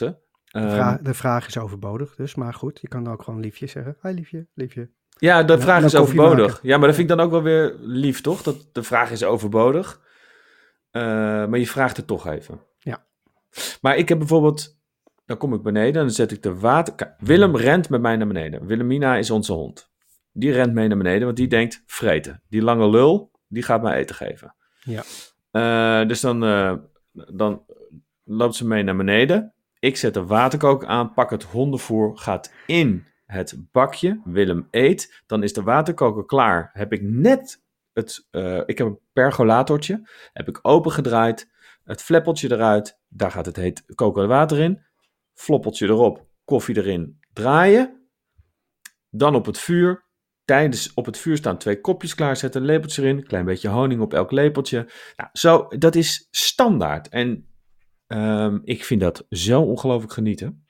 De, Um, vraag, de vraag is overbodig dus, maar goed, je kan ook gewoon liefje zeggen. Hoi liefje, liefje. Ja, de En vraag dan is koffie overbodig. maken. Ja, maar dat vind ik dan ook wel weer lief, toch? Dat de vraag is overbodig. Uh, maar je vraagt het toch even. Ja. Maar ik heb bijvoorbeeld... Dan kom ik beneden en dan zet ik de water... Kijk, Willem rent met mij naar beneden. Willemina is onze hond. Die rent mee naar beneden, want die denkt vreten. Die lange lul, die gaat mij eten geven. Ja. Uh, dus dan, uh, dan loopt ze mee naar beneden. Ik zet de waterkoker aan, pak het hondenvoer, gaat in het bakje. Willem eet. Dan is de waterkoker klaar. Heb ik net het... Uh, ik heb een pergolatortje. Heb ik opengedraaid. Het fleppeltje eruit. Daar gaat het heet kokende water in. Floppeltje erop. Koffie erin. Draaien. Dan op het vuur. Tijdens op het vuur staan twee kopjes klaarzetten. Een lepeltje erin. Een klein beetje honing op elk lepeltje. Nou, zo, dat is standaard. En um, ik vind dat zo ongelooflijk genieten.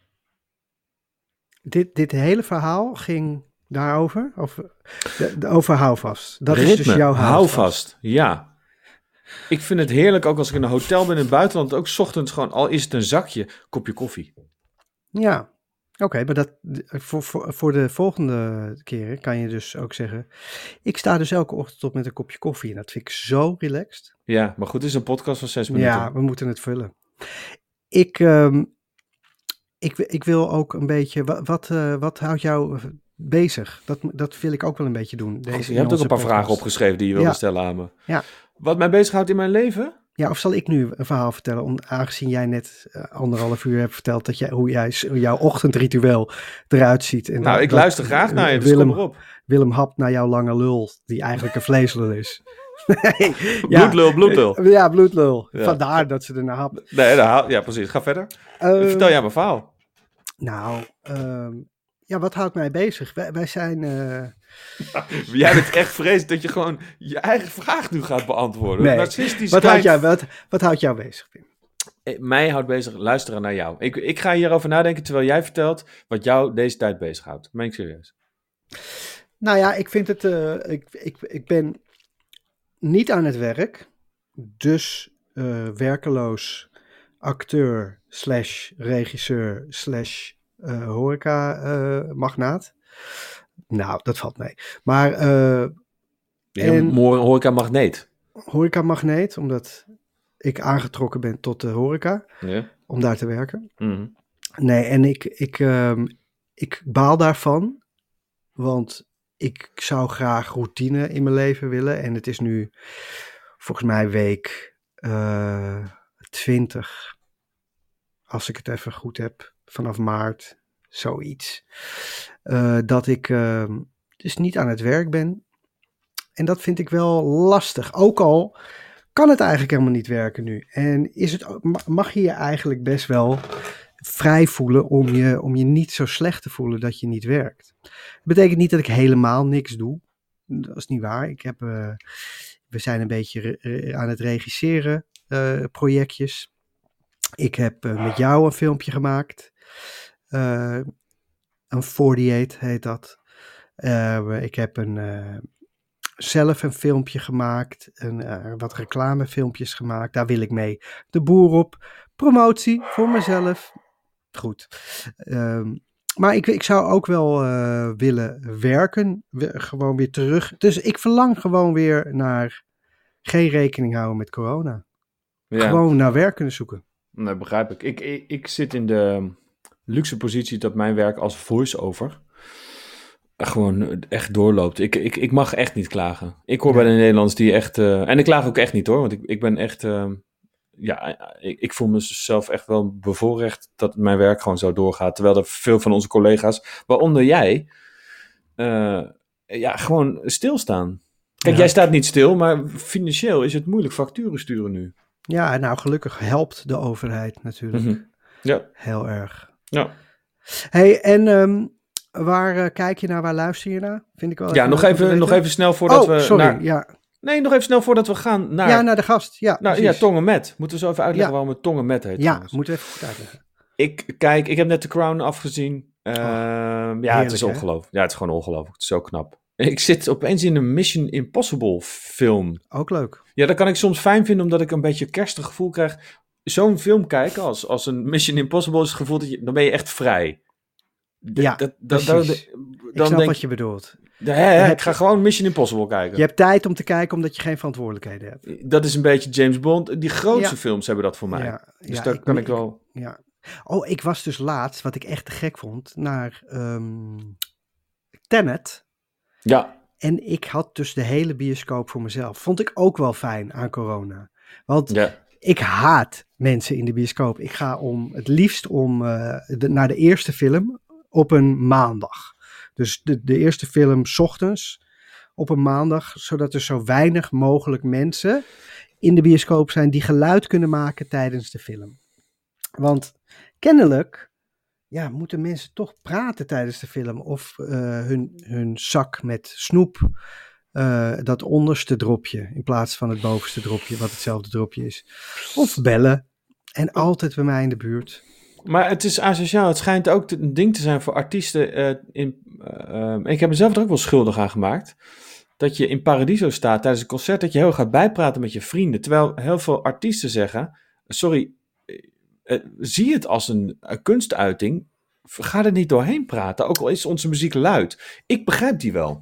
Dit, dit hele verhaal ging daarover? Over, de, de, over houvast. Dat Ritme, is dus jouw houvast. houvast. Ja. Ik vind het heerlijk, ook als ik in een hotel ben in het buitenland, ook 's ochtends gewoon, al is het een zakje, kopje koffie. Ja, oké, okay, maar dat, voor, voor, voor de volgende keren kan je dus ook zeggen, ik sta dus elke ochtend op met een kopje koffie en dat vind ik zo relaxed. Ja, maar goed, het is een podcast van zes minuten. Ja, we moeten het vullen. Ik, um, ik, ik wil ook een beetje, wat, wat, uh, wat houdt jou bezig? Dat, dat wil ik ook wel een beetje doen. Deze, oh, je hebt ook een paar podcast. vragen opgeschreven die je wilde ja. stellen aan me. Ja. Wat mij bezighoudt in mijn leven? Ja, of zal ik nu een verhaal vertellen, om, aangezien jij net uh, anderhalf uur hebt verteld dat jij, hoe jij, jouw ochtendritueel eruit ziet. En nou, dat, ik dat, luister graag naar je, dus Willem, kom erop. Willem hapt naar jouw lange lul, die eigenlijk een vleeslul is. nee, bloedlul, ja, bloedlul. Ja, bloedlul. Ja. Vandaar dat ze er naar hapt. Nee, ja, precies. Ga verder. Uh, Vertel jij mijn verhaal. Nou, um, ja, wat houdt mij bezig? Wij, wij zijn... Uh... Jij bent echt vreselijk dat je gewoon je eigen vraag nu gaat beantwoorden. Nee. Narcistisch wat, klein... houdt jou, wat, wat houdt jou bezig, Pim? Mij houdt bezig luisteren naar jou. Ik, ik ga hierover nadenken terwijl jij vertelt wat jou deze tijd bezighoudt. Meen ik serieus? Nou ja, ik vind het... Uh, ik, ik, ik ben niet aan het werk. Dus uh, werkeloos acteur slash regisseur slash uh, horeca uh, magnaat. Nou, dat valt mee. Maar... Uh, en horeca magneet. Horeca magneet, omdat ik aangetrokken ben tot de horeca. Ja. Om daar te werken. Mm-hmm. Nee, en ik, ik, um, ik baal daarvan. Want ik zou graag routine in mijn leven willen. En het is nu volgens mij week uh, twintig. Als ik het even goed heb. Vanaf maart. Zoiets. Uh, dat ik uh, dus niet aan het werk ben. En dat vind ik wel lastig. Ook al kan het eigenlijk helemaal niet werken nu. En is het, mag je je eigenlijk best wel vrij voelen om je, om je niet zo slecht te voelen dat je niet werkt. Dat betekent niet dat ik helemaal niks doe. Dat is niet waar. Ik heb, uh, we zijn een beetje re- aan het regisseren, uh, projectjes. Ik heb uh, met jou een filmpje gemaakt. Uh, een achtenveertig heet dat. Uh, ik heb een... Uh, zelf een filmpje gemaakt, een, uh, wat reclamefilmpjes gemaakt. Daar wil ik mee de boer op. Promotie voor mezelf. Goed. Um, maar ik, ik zou ook wel uh, willen werken. We, gewoon weer terug. Dus ik verlang gewoon weer naar geen rekening houden met corona. Ja. Gewoon naar werk kunnen zoeken. Nee, begrijp ik. Ik, ik. ik zit in de luxe positie dat mijn werk als voice-over gewoon echt doorloopt. Ik, ik, ik mag echt niet klagen. Ik hoor ja. bij de Nederlanders die echt... Uh, en ik klaag ook echt niet hoor. Want ik, ik ben echt... Uh, ja, ik, ik voel mezelf echt wel bevoorrecht dat mijn werk gewoon zo doorgaat. Terwijl er veel van onze collega's, waaronder jij, uh, ja, gewoon stilstaan. Kijk, ja. jij staat niet stil, maar financieel is het moeilijk facturen sturen nu. Ja, nou gelukkig helpt de overheid natuurlijk. Mm-hmm. Ja. Heel erg. Ja. Hey, en... Um, Waar uh, kijk je naar, waar luister je naar? Vind ik wel ja, nog even, nog even snel voordat oh, we... sorry, naar... ja. Nee, nog even snel voordat we gaan naar... Ja, naar de gast, ja. Nou, ja, Tongen met. Moeten we zo even uitleggen ja. waarom het Tongen met heet? Ja, trouwens. Moeten we even goed uitleggen. Ik, kijk, ik heb net The Crown afgezien. Uh, oh, ja, heerlijk, het is ongelooflijk. Ja, het is gewoon ongelooflijk. Het is zo knap. Ik zit opeens in een Mission Impossible film. Ook leuk. Ja, dat kan ik soms fijn vinden, omdat ik een beetje een kerstig gevoel krijg. zo'n film kijken als, als een Mission Impossible is het gevoel dat je, dan ben je echt vrij. D- Ja, dat, dat, precies. dat- Ik dan snap denk wat je bedoelt. je, hè, hè, Je ik ga gewoon Mission Impossible kijken. Je hebt tijd om te kijken omdat je geen verantwoordelijkheden hebt. Dat is een beetje James Bond. Die grootste Ja. films hebben dat voor mij. Ja, dus ja, daar ik- kan ik- ik wel... Ja. Oh, ik was dus laatst, wat ik echt te gek vond, naar ehm Tenet. Ja, En ik had dus de hele bioscoop voor mezelf. Vond ik ook wel fijn aan corona. Want ja. ik haat mensen in de bioscoop. Ik ga om het liefst om eh, de, naar de eerste film op een maandag. Dus de, de eerste film 's ochtends op een maandag, zodat er zo weinig mogelijk mensen in de bioscoop zijn die geluid kunnen maken tijdens de film. Want kennelijk ja, moeten mensen toch praten tijdens de film of eh, hun, hun zak met snoep, eh, dat onderste dropje in plaats van het bovenste dropje, wat hetzelfde dropje is. Of bellen. En altijd bij mij in de buurt. Maar het is asociaal. Het schijnt ook te- een ding te zijn voor artiesten. eh, in, eh, eh, ik heb mezelf er ook wel schuldig aan gemaakt. Dat je in Paradiso staat tijdens een concert, dat je heel gaat bijpraten met je vrienden. Terwijl heel veel artiesten zeggen, sorry, eh, eh, zie het als een, een kunstuiting. Ga er niet doorheen praten, ook al is onze muziek luid. Ik begrijp die wel.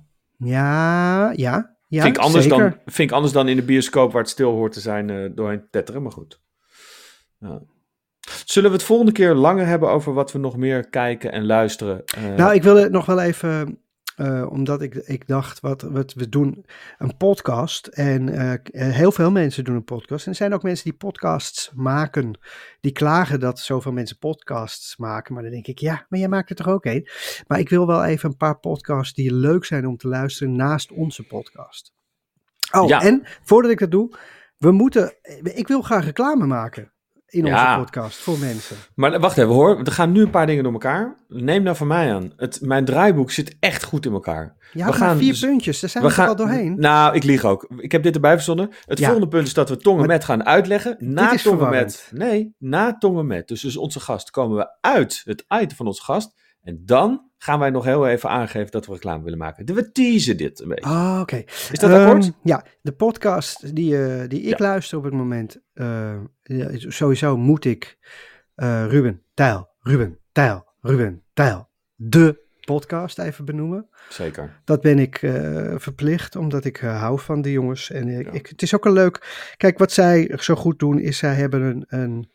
Ja, ja, ja, vind, ik anders zeker. dan, vind ik anders dan in de bioscoop waar het stil hoort te zijn eh, doorheen tetteren, maar goed. Ja. Zullen we het volgende keer langer hebben over wat we nog meer kijken en luisteren? Eh, Nou, ik wilde nog wel even, eh, omdat ik, ik dacht, wat, wat we doen een podcast. En eh, k- eh, heel veel mensen doen een podcast. En er zijn ook mensen die podcasts maken. Die klagen dat zoveel mensen podcasts maken. Maar dan denk ik, ja, maar jij maakt er toch ook een? Maar ik wil wel even een paar podcasts die leuk zijn om te luisteren naast onze podcast. Oh, Ja. en voordat ik dat doe, we moeten, ik wil graag reclame maken in onze Ja. podcast voor mensen. Maar wacht even hoor, er gaan nu een paar dingen door elkaar. Neem nou van mij aan. Het, mijn draaiboek zit echt goed in elkaar. Ja, We maar gaan vier dus- puntjes, daar zijn we, toch al doorheen. Nou, ik lieg ook. Ik heb dit erbij verzonnen. Het Ja. volgende punt is dat we tongen Maar met gaan uitleggen. Na is tongen verwarrend. met. Nee, na tongen met. Dus, dus onze gast komen we uit het item van onze gast. En dan gaan wij nog heel even aangeven dat we reclame willen maken. We teasen dit een beetje. Ah, oké. Is dat akkoord? Ehm, ja, de podcast die, eh, die ik Ja. luister op het moment. eh, ja, sowieso moet ik eh, Ruben Tijl, Ruben Tijl, Ruben Tijl, de podcast even benoemen. Zeker. Dat ben ik eh, verplicht, omdat ik eh, hou van die jongens. En ik, Ja. ik, het is ook een leuk... Kijk, wat zij zo goed doen, is zij hebben een, een,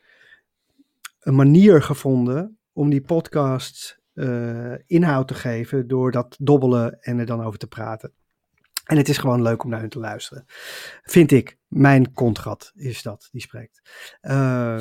een manier gevonden om die podcasts eh, inhoud te geven door dat dobbelen en er dan over te praten. En het is gewoon leuk om naar hun te luisteren. Vind ik. Mijn kontgat is dat, die spreekt. Uh,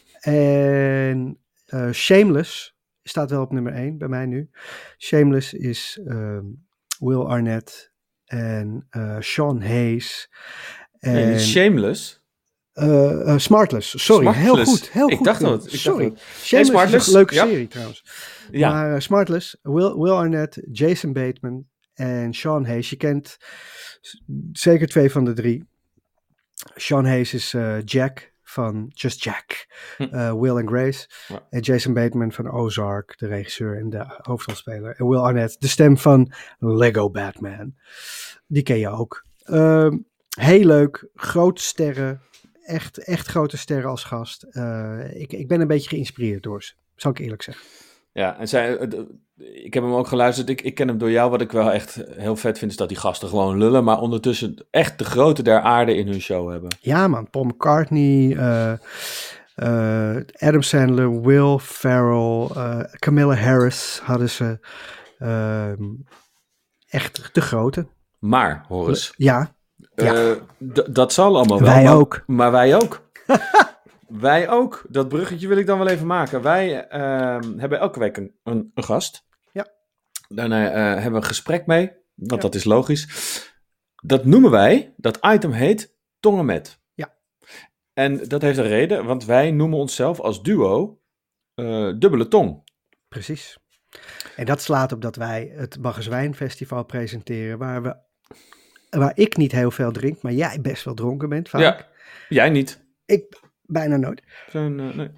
en uh, Shameless staat wel op nummer één bij mij nu. Shameless is uh, Will Arnett en uh, Sean Hayes. En, Nee, niet Shameless. Uh, uh, Smartless, sorry. Smartless. Heel goed, heel ik goed. Dacht dat, ik sorry. dacht dat. Shameless Hey, Smartless. is een leuke Ja. serie trouwens. Ja. Maar uh, Smartless, Will, Will Arnett, Jason Bateman en Sean Hayes. Je kent zeker twee van de drie. Sean Hayes is uh, Jack van Just Jack, uh, Will and Grace. Ja. En Jason Bateman van Ozark, de regisseur en de hoofdrolspeler. En Will Arnett, de stem van Lego Batman. Die ken je ook. Uh, heel leuk, grote sterren. Echt, echt grote sterren als gast. Uh, ik, ik ben een beetje geïnspireerd door ze, zal ik eerlijk zeggen. Ja, en zij, ik heb hem ook geluisterd. Ik, ik ken hem door jou. Wat ik wel echt heel vet vind, is dat die gasten gewoon lullen. Maar ondertussen echt de grote der aarde in hun show hebben. Ja man, Paul McCartney, uh, uh, Adam Sandler, Will Ferrell, uh, Camilla Harris hadden ze. Uh, echt de grote. Maar, Horus. Ja. ja. Uh, d- dat zal allemaal wel. Wij maar, ook. Maar wij ook. Wij ook. Dat bruggetje wil ik dan wel even maken. Wij uh, hebben elke week een, een, een gast. Ja. Daarna uh, hebben we een gesprek mee. Want ja. dat is logisch. Dat noemen wij, dat item heet Tongen met. Ja. En dat heeft een reden, want wij noemen onszelf als duo uh, dubbele tong. Precies. En dat slaat op dat wij het Baggerswijnfestival presenteren, waar, we, waar ik niet heel veel drink, maar jij best wel dronken bent vaak. Ja, jij niet. Ik bijna nooit. Zijn, uh, nee.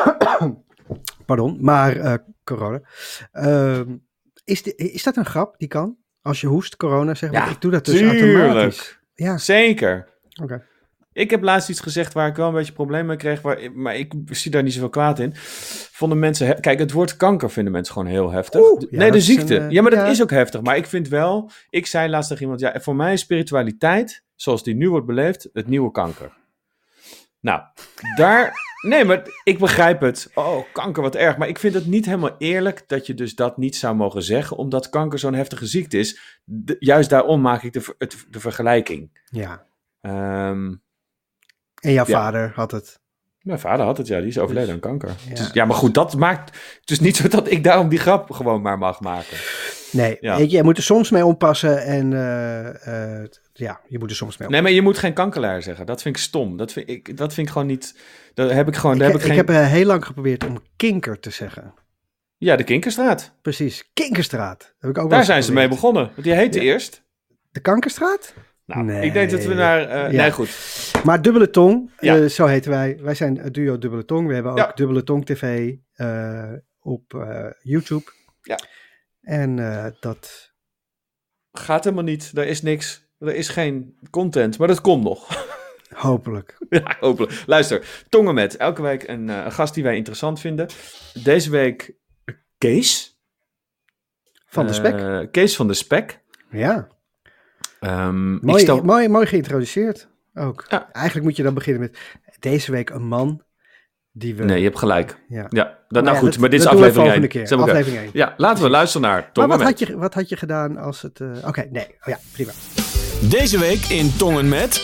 Pardon, maar uh, corona. Uh, is, die, is dat een grap die kan? Als je hoest, corona, zeg maar. Ja, ik doe dat dus tuurlijk. automatisch. Ja, zeker. Oké. Okay. Ik heb laatst iets gezegd waar ik wel een beetje problemen mee kreeg, waar, maar ik zie daar niet zoveel kwaad in. Vonden mensen, he- kijk, het woord kanker vinden mensen gewoon heel heftig. Oeh, ja, nee, de dat is ziekte. een, uh, ja, maar dat ja. is ook heftig. Maar ik vind wel, ik zei laatst tegen iemand, ja, voor mij is spiritualiteit, zoals die nu wordt beleefd, het nieuwe kanker. Nou, daar, nee, maar ik begrijp het. Oh, kanker, wat erg. Maar ik vind het niet helemaal eerlijk dat je dus dat niet zou mogen zeggen, omdat kanker zo'n heftige ziekte is. De, juist daarom maak ik de, ver- het, de vergelijking. Ja. Ehm En jouw Ja. vader had het. Mijn vader had het, ja, die is overleden Dus, aan kanker. ja. Dus, ja, maar goed, dat maakt... Het is niet zo dat ik daarom die grap gewoon maar mag maken. Nee, Ja. weet je, je moet er soms mee oppassen en uh, uh, ja, je moet er soms mee oppassen. Nee, maar je moet geen kankerlaar zeggen. Dat vind ik stom. Dat vind ik, dat vind ik gewoon niet... Daar heb ik gewoon... Ik, Daar he- heb ik ik geen... heb uh, heel lang geprobeerd om kinker te zeggen. Ja, de Kinkerstraat. Precies, Kinkerstraat. Heb ik ook wel Daar eens zijn ze mee geprobeerd. begonnen. Want die heette Ja. eerst... De Kankerstraat? Nou, Nee. ik denk dat we naar... Uh, Ja. Nee, goed. Maar Dubbele Tong, Ja. uh, zo heten wij. Wij zijn het duo Dubbele Tong. We hebben ook Ja. Dubbele Tong T V uh, op uh, YouTube. Ja. En uh, dat... Gaat helemaal niet. Er is niks. Er is geen content. Maar dat komt nog. Hopelijk. Ja, hopelijk. Luister, Tongen met. Elke week een, uh, een gast die wij interessant vinden. Deze week Kees. Van de Spek. Uh, Kees van de Spek. Ja. Um, ik Mooi, stel... mooi, mooi geïntroduceerd ook. Ja. Eigenlijk moet je dan beginnen met deze week een man die we... Nee, je hebt gelijk. Ja. Ja, dat, nou ja, goed, dat- maar dit is dat doen we aflevering volgende één. keer. Zeg maar, oké. Aflevering één. Ja, laten we Precies. luisteren naar Maar Tongen wat met. had, je, wat had je gedaan als het... Uh... Oké, okay, nee. Oh ja, prima. Deze week in Tongen met...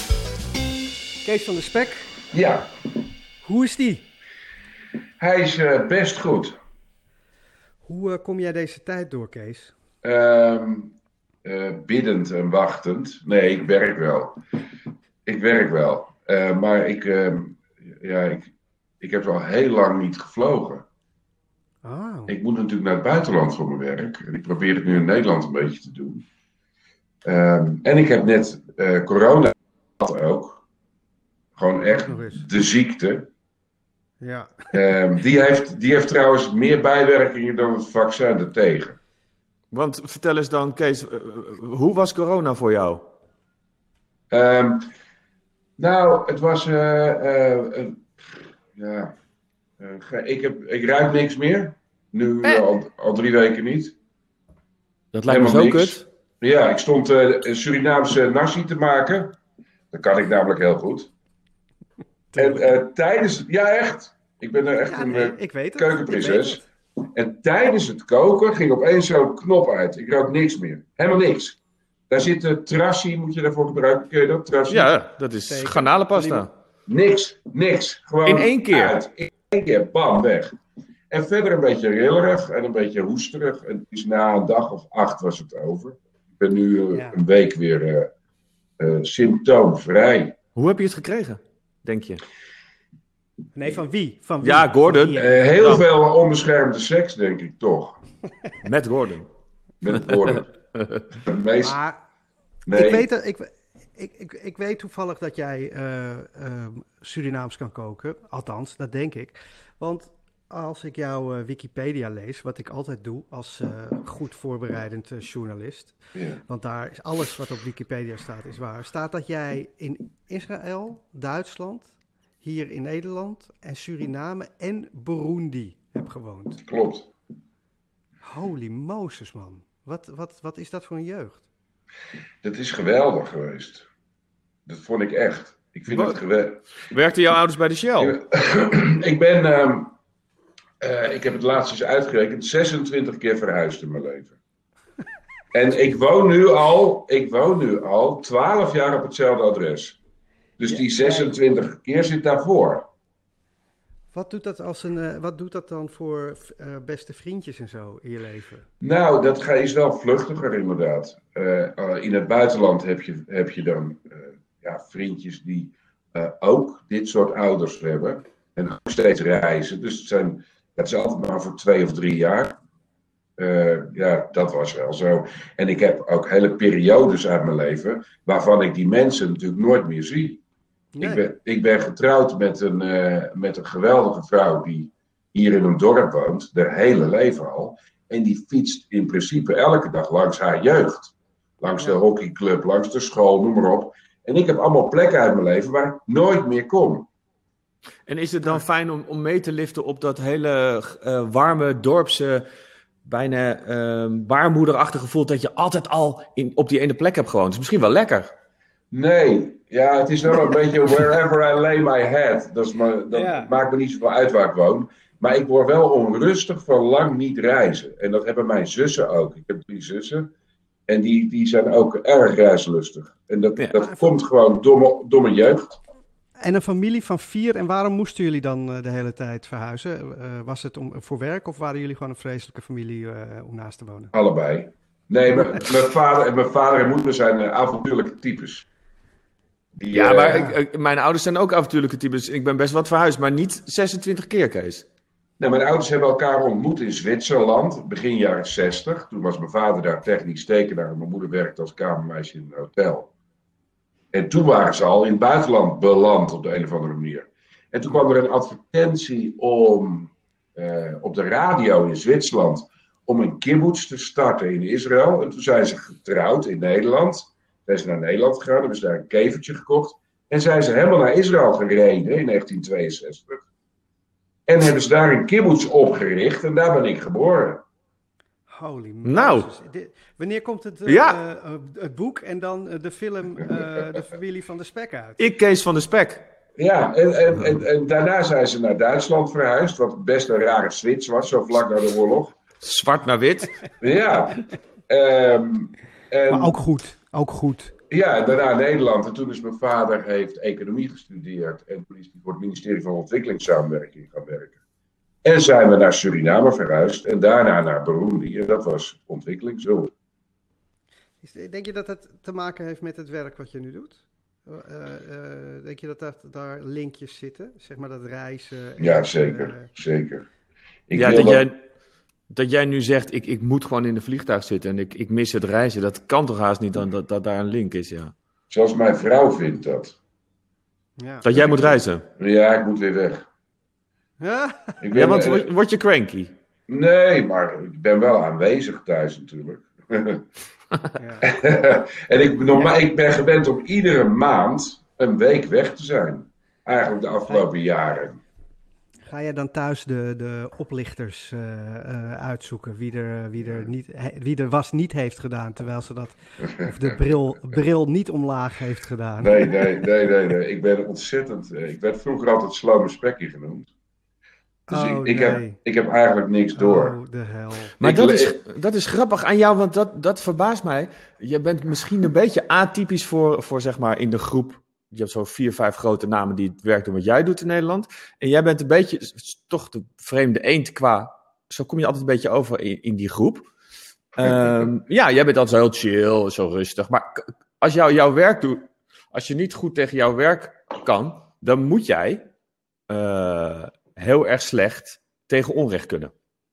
Kees van de Spek, Ja, hoe is die? hij is uh, best goed. Hoe uh, kom jij deze tijd door, Kees? Um, uh, biddend en wachtend. Nee, ik werk wel. Ik werk wel. Uh, maar ik, uh, ja, ik, ik heb al heel lang niet gevlogen. Oh. Ik moet natuurlijk naar het buitenland voor mijn werk. En ik probeer het nu in Nederland een beetje te doen. Um, en ik heb net uh, corona gehad ook. Gewoon echt Nog eens. de ziekte. Ja. Um, die, heeft, die heeft trouwens meer bijwerkingen dan het vaccin ertegen. Want vertel eens dan, Kees, uh, hoe was corona voor jou? Um, nou, het was... Uh, uh, uh, ja, uh, ik, heb, ik ruik niks meer. Nu uh, al, al drie weken niet. Dat lijkt me zo Helemaal niks. kut. Ja, ik stond uh, een Surinaamse nasi te maken. Dat kan ik namelijk heel goed. En uh, tijdens... Ja, echt. Ik ben er echt Ja, een nee, uh, ik weet het. keukenprinses. Ik weet het. En tijdens het koken ging opeens zo'n knop uit. Ik rook niks meer. Helemaal niks. Daar zit uh, trassi, moet je daarvoor gebruiken. Kun je dat, trassi? Ja, dat is Zeker. garnalenpasta. Niks, niks. Gewoon In één keer? uit. In één keer, bam, weg. En verder een beetje rillerig en een beetje hoesterig. En het is na een dag of acht was het over. Ik ben nu uh, Ja. een week weer uh, uh, symptoomvrij. Hoe heb je het gekregen, denk je? Nee, van wie? Van wie? Ja, Gordon. Van Uh, wie? heel Ja. veel onbeschermde seks, denk ik toch. Met Gordon. Met woorden. Meest, Maar nee. ik, weet, dat- ik, ik, ik, ik weet toevallig dat jij uh, uh, Surinaams kan koken. Althans, dat denk ik. Want als ik jouw uh, Wikipedia lees, wat ik altijd doe als uh, goed voorbereidend uh, journalist. Ja. Want daar is alles wat op Wikipedia staat, is waar. Staat dat jij in Israël, Duitsland, hier in Nederland en Suriname en Burundi hebt gewoond. Klopt. Holy Moses, man. Wat, wat, wat is dat voor een jeugd? Dat is geweldig geweest. Dat vond ik echt. Ik vind Wat? het geweldig. Werkten jouw ouders bij de Shell? Ik ben, uh, uh, ik heb het laatst eens uitgerekend, zesentwintig keer verhuisd in mijn leven. En ik woon nu al, ik woon nu al twaalf jaar op hetzelfde adres. Dus Ja. die zesentwintig keer zit daarvoor. Wat doet dat, als een, uh, wat doet dat dan voor uh, beste vriendjes en zo in je leven? Nou, dat ga- is wel vluchtiger inderdaad. Uh, uh, in het buitenland heb je, heb je dan uh, ja, vriendjes die uh, ook dit soort ouders hebben. En ook steeds reizen. Dus het, zijn, het is altijd maar voor twee of drie jaar. Uh, ja, dat was wel zo. En ik heb ook hele periodes uit mijn leven waarvan ik die mensen natuurlijk nooit meer zie. Nee. Ik, ben, ik ben getrouwd met een, uh, met een geweldige vrouw die hier in een dorp woont, haar hele leven al. En die fietst in principe elke dag langs haar jeugd. Langs Ja. de hockeyclub, langs de school, noem maar op. En ik heb allemaal plekken uit mijn leven waar ik nooit meer kom. En is het dan fijn om, om mee te liften op dat hele uh, warme, dorpse, bijna uh, baarmoederachtige gevoel dat je altijd al in, op die ene plek hebt gewoond? Dat is misschien wel lekker. Nee, ja, het is wel een beetje wherever I lay my head. Dat, is maar, dat ja. maakt me niet zoveel uit waar ik woon. Maar ik word wel onrustig van lang niet reizen. En dat hebben mijn zussen ook. Ik heb drie zussen. En die, die zijn ook erg reislustig. En dat, ja. dat komt gewoon domme, domme jeugd. En een familie van vier. En waarom moesten jullie dan uh, de hele tijd verhuizen? Uh, was het om, voor werk of waren jullie gewoon een vreselijke familie uh, om naast te wonen? Allebei. Nee, mijn vader, mijn vader en moeder zijn uh, avontuurlijke types. Die, ja, uh, maar ik, ik, mijn ouders zijn ook avontuurlijke types. Ik ben best wat verhuisd, maar niet zesentwintig keer, Kees. Nee, mijn ouders hebben elkaar ontmoet in Zwitserland, begin jaren zestig. Toen was mijn vader daar technisch tekenaar en mijn moeder werkte als kamermeisje in een hotel. En toen waren ze al in het buitenland beland op de een of andere manier. En toen kwam er een advertentie om, uh, op de radio in Zwitserland om een kibbutz te starten in Israël. En toen zijn ze getrouwd in Nederland. Zijn ze naar Nederland gegaan, hebben ze daar een kevertje gekocht. En zijn ze helemaal naar Israël gereden in negentien tweeënzestig. En hebben ze daar een kibbutz opgericht en daar ben ik geboren. Holy nou. De, wanneer komt het, uh, ja. uh, het boek en dan uh, de film uh, De Familie van de Spek uit? Ik, Kees van de Spek. Ja, en, en, en, en daarna zijn ze naar Duitsland verhuisd, wat best een rare switch was, zo vlak na de oorlog. Zwart naar wit. Ja. Um, en, maar ook goed, ook goed. Ja, en daarna Nederland. En toen is mijn vader heeft economie gestudeerd en toen is hij voor het ministerie van Ontwikkelingssamenwerking gaan werken. En zijn we naar Suriname verhuisd en daarna naar Burundi. En dat was ontwikkelingshulp. Denk je dat het te maken heeft met het werk wat je nu doet? Uh, uh, denk je dat daar, daar linkjes zitten? Zeg maar dat reizen? Ja, zeker. Uh, zeker. Ik ja, dat, dat... Jij, dat jij nu zegt, ik, ik moet gewoon in de vliegtuig zitten en ik, ik mis het reizen. Dat kan toch haast niet dan dat, dat daar een link is, ja. Zoals mijn vrouw vindt dat. Ja. Dat jij moet reizen? Ja, ik moet weer weg. Ja, ik ben, ja want word, word je cranky? Nee, maar ik ben wel aanwezig thuis natuurlijk. Ja. En ik, normaal, ik ben gewend om iedere maand een week weg te zijn. Eigenlijk de afgelopen jaren. Ga je dan thuis de, de oplichters uh, uh, uitzoeken? Wie er, wie, er niet, wie er was niet heeft gedaan, terwijl ze dat... Of de bril, bril niet omlaag heeft gedaan. Nee, nee, nee, nee. nee. Ik ben ontzettend... Ik werd vroeger altijd Slome Spekkie genoemd. Dus oh, ik, ik, nee. heb, ik heb eigenlijk niks door. Oh, de hel. Maar ik dat, le- is, dat is grappig aan jou, want dat, dat verbaast mij. Je bent misschien een beetje atypisch voor, voor zeg maar in de groep. Je hebt zo vier, vijf grote namen die het werk doen wat jij doet in Nederland. En jij bent een beetje toch de vreemde eend qua... Zo kom je altijd een beetje over in, in die groep. Um, ja, jij bent altijd zo heel chill, zo rustig. Maar als jou jouw werk doet... Als je niet goed tegen jouw werk kan, dan moet jij... Uh, heel erg slecht tegen onrecht kunnen.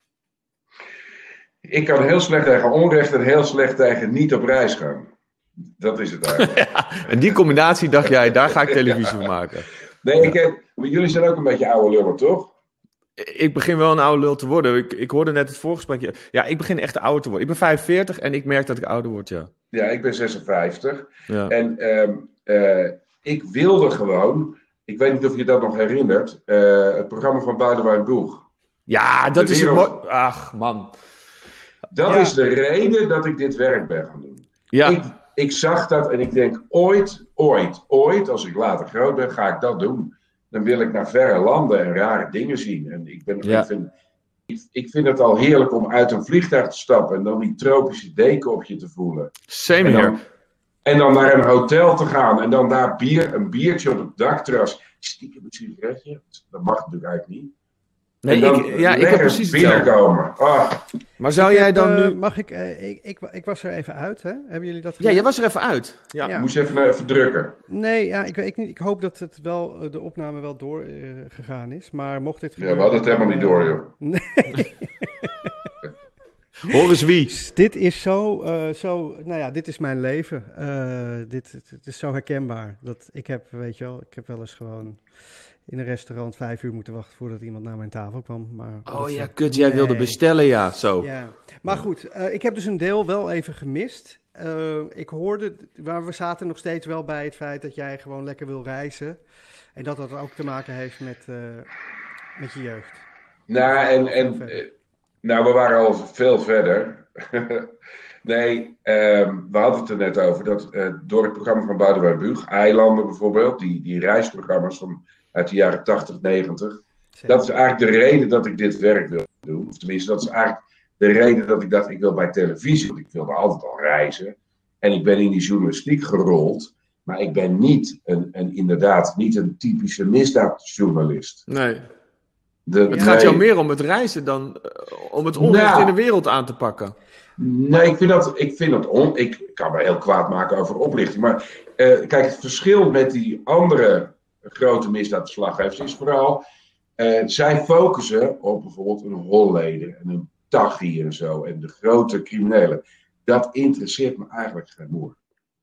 Ik kan heel slecht tegen onrecht en heel slecht tegen niet op reis gaan. Dat is het eigenlijk. Ja, en die combinatie dacht jij, daar ga ik televisie van maken. Nee, ik heb, maar jullie zijn ook een beetje oude lullen, toch? Ik begin wel een oude lul te worden. Ik, ik hoorde net het voorgesprekje. Ja, ik begin echt ouder te worden. Ik ben vijfenveertig en ik merk dat ik ouder word, ja. Ja, ik ben zesenvijftig. Ja. En um, uh, ik wilde gewoon... Ik weet niet of je dat nog herinnert. Uh, het programma van Boudewijn Boeg. Ja, dat de is wereld... het mo- Ach, man. Dat ja. is de reden dat ik dit werk ben gaan doen. Ja. Ik, ik zag dat en ik denk ooit, ooit, ooit, als ik later groot ben, ga ik dat doen. Dan wil ik naar verre landen en rare dingen zien. En ik, ben, ja. ik, vind, ik, ik vind het al heerlijk om uit een vliegtuig te stappen en dan die tropische deken op je te voelen. Same here. En dan naar een hotel te gaan en dan daar bier, een biertje op het dakterras. Stiekem een sigaretje. Dat mag natuurlijk eigenlijk niet. Nee, en dan ik, ja, ik heb precies binnenkomen. Oh. Maar zou ik jij heb, dan uh, nu... Mag ik, uh, ik, ik... Ik was er even uit, hè? Hebben jullie dat gedaan? Ja, je was er even uit. Ja. Ja. Moest je even, even drukken. Nee, ja, ik, ik, ik hoop dat het wel, de opname wel doorgegaan uh, is. Maar mocht dit... Ja, we hadden het helemaal niet door, joh. Nee. Hoor eens wie. Dit is zo, uh, zo, nou ja, dit is mijn leven. Uh, dit, het, het is zo herkenbaar. Dat ik heb, weet je wel, ik heb wel eens gewoon in een restaurant vijf uur moeten wachten voordat iemand naar mijn tafel kwam. Maar oh ja, kut, jij nee. wilde bestellen, ja, zo. Ja, Maar goed, uh, ik heb dus een deel wel even gemist. Uh, ik hoorde, maar we zaten nog steeds wel bij het feit dat jij gewoon lekker wil reizen. En dat dat ook te maken heeft met, uh, met je jeugd. Nou, en, en nou, we waren al veel verder. Nee, um, we hadden het er net over dat uh, door het programma van Boudewijn Buug, Eilanden bijvoorbeeld, die, die reisprogramma's van uit de jaren tachtig, negentig. Zeker. Dat is eigenlijk de reden dat ik dit werk wil doen. Of tenminste, dat is eigenlijk de reden dat ik dacht, ik wil bij televisie, want ik wilde altijd al reizen. En ik ben in die journalistiek gerold, maar ik ben niet een, een inderdaad, niet een typische misdaadjournalist. Nee. De, het nee. gaat jou meer om het reizen dan uh, om het onrecht nou, in de wereld aan te pakken. Nee, ik vind dat, ik vind dat on, ik kan me heel kwaad maken over oplichting. Maar uh, kijk, het verschil met die andere grote misdaadverslaggevers is vooral, uh, zij focussen op bijvoorbeeld een Holleder en een Taghi en zo. En de grote criminelen. Dat interesseert me eigenlijk geen moer.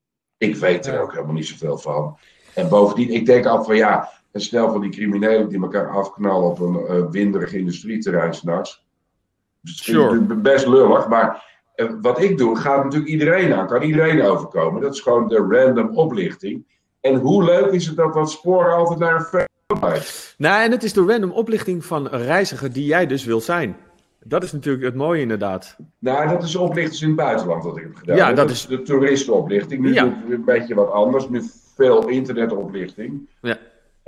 Ik weet er ook helemaal niet zoveel van. En bovendien, ik denk altijd van ja, een stel van die criminelen die elkaar afknallen op een uh, winderig industrieterrein s'nachts. Dus sure. Best lullig, maar uh, wat ik doe, gaat natuurlijk iedereen aan. Kan iedereen overkomen. Dat is gewoon de random oplichting. En hoe leuk is het dat dat spoor altijd naar een film leidt? Nou, en het is de random oplichting van een reiziger die jij dus wil zijn. Dat is natuurlijk het mooie inderdaad. Nou, dat is oplichters in het buitenland wat ik heb gedaan. Ja, dat, dat is is de toeristoplichting. Nu ja. doe ik een beetje wat anders. Nu veel internetoplichting. Ja.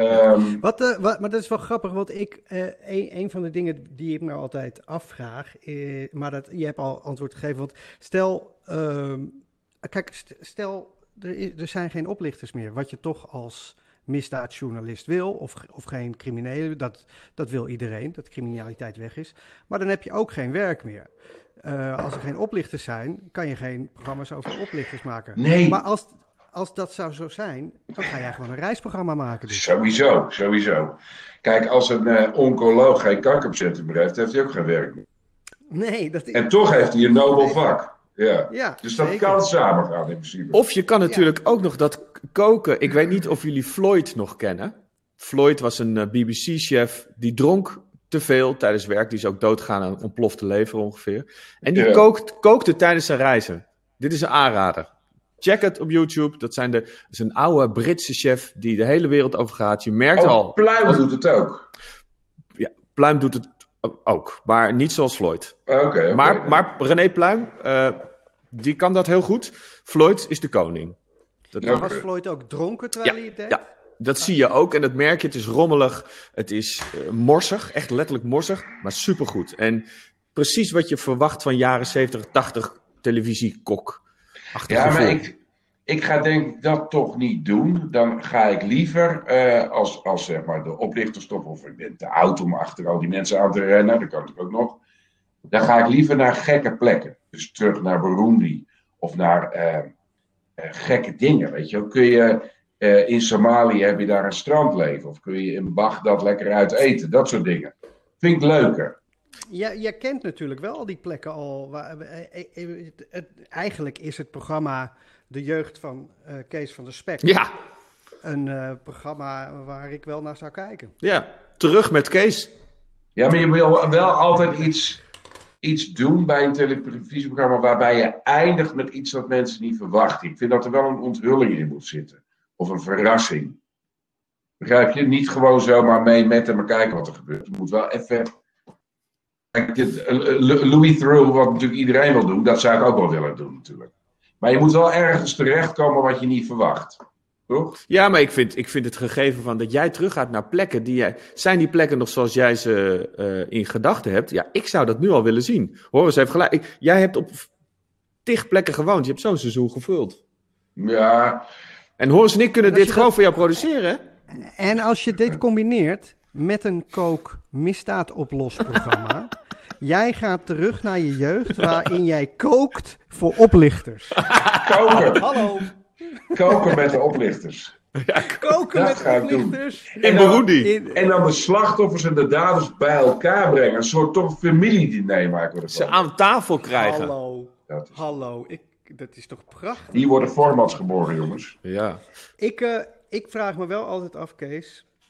Um, wat, uh, wat, maar dat is wel grappig, want ik, uh, een, een van de dingen die ik me altijd afvraag, uh, maar dat, je hebt al antwoord gegeven, want stel, uh, kijk, stel, er, is, er zijn geen oplichters meer, wat je toch als misdaadjournalist wil, of, of geen criminelen, dat, dat wil iedereen, dat criminaliteit weg is, maar dan heb je ook geen werk meer. Uh, als er geen oplichters zijn, kan je geen programma's over oplichters maken. Nee. Maar als... Als dat zou zo zijn, dan ga jij gewoon een reisprogramma maken. Dus. Sowieso, sowieso. Kijk, als een uh, oncoloog geen kankerpatiënten meer heeft, heeft hij ook geen werk meer. Nee, dat is... En toch heeft hij een nobel vak. Ja. Ja, dus dat zeker. kan samengaan in principe. Of je kan natuurlijk ja. ook nog dat koken. Ik weet niet of jullie Floyd nog kennen. Floyd was een uh, B B C-chef die dronk te veel tijdens werk. Die is ook doodgegaan aan ontplofte lever ongeveer. En die ja. kookt, kookte tijdens zijn reizen. Dit is een aanrader. Check het op YouTube. Dat, zijn de, dat is een oude Britse chef die de hele wereld over gaat. Je merkt oh, al... Pluim als, doet het ook. Ja, Pluim doet het ook. Maar niet zoals Floyd. Oké. Okay, maar, okay. maar René Pluim, uh, die kan dat heel goed. Floyd is de koning. Dat maar was Floyd ook dronken terwijl ja, hij het deed? Ja, dat zie je ook. En dat merk je. Het is rommelig. Het is uh, morsig. Echt letterlijk morsig. Maar supergoed. En precies wat je verwacht van jaren zeventig, tachtig televisiekok. Ja, gevoel. maar ik, ik ga denk ik dat toch niet doen. Dan ga ik liever uh, als, als zeg maar de oplichter stoppen of ik ben te oud om achter al die mensen aan te rennen, dat kan natuurlijk ook nog. Dan ga ik liever naar gekke plekken. Dus terug naar Burundi of naar uh, uh, gekke dingen, weet je. Kun je uh, in Somalië heb je daar een strandleven of kun je in Bagdad lekker uit eten, dat soort dingen. Vind ik leuker. Ja, jij kent natuurlijk wel al die plekken al. Waar, het, het, eigenlijk is het programma De Jeugd van uh, Kees van der Spek. Ja. Een uh, programma waar ik wel naar zou kijken. Ja, terug met Kees. Ja, maar je wil wel altijd iets, iets doen bij een televisieprogramma waarbij je eindigt met iets dat mensen niet verwachten. Ik vind dat er wel een onthulling in moet zitten. Of een verrassing. Begrijp je? Niet gewoon zomaar mee met en maar kijken wat er gebeurt. Je moet wel even... Louis Theroux, wat natuurlijk iedereen wil doen, dat zou ik ook wel willen doen natuurlijk. Maar je moet wel ergens terechtkomen wat je niet verwacht. Toch? Ja, maar ik vind, ik vind het gegeven van dat jij teruggaat naar plekken die jij... Zijn die plekken nog zoals jij ze uh, in gedachten hebt? Ja, ik zou dat nu al willen zien. Horus heeft gelijk. Ik, jij hebt op tig plekken gewoond. Je hebt zo'n seizoen gevuld. Ja. En Horus en ik kunnen dit gewoon dat... voor jou produceren. En als je dit combineert met een kook-misdaadoplosprogramma... Jij gaat terug naar je jeugd waarin jij kookt voor oplichters. Koken. Hallo. Koken met de oplichters. Ja, koken dat met de oplichters. In Burundi. En dan de slachtoffers en de daders bij elkaar brengen. Een soort toch familiediner maken. Ze aan tafel krijgen. Hallo. Dat is... Hallo. Ik, dat is toch prachtig. Hier worden formats geboren, jongens. Ja. Ik, uh, ik vraag me wel altijd af, Kees.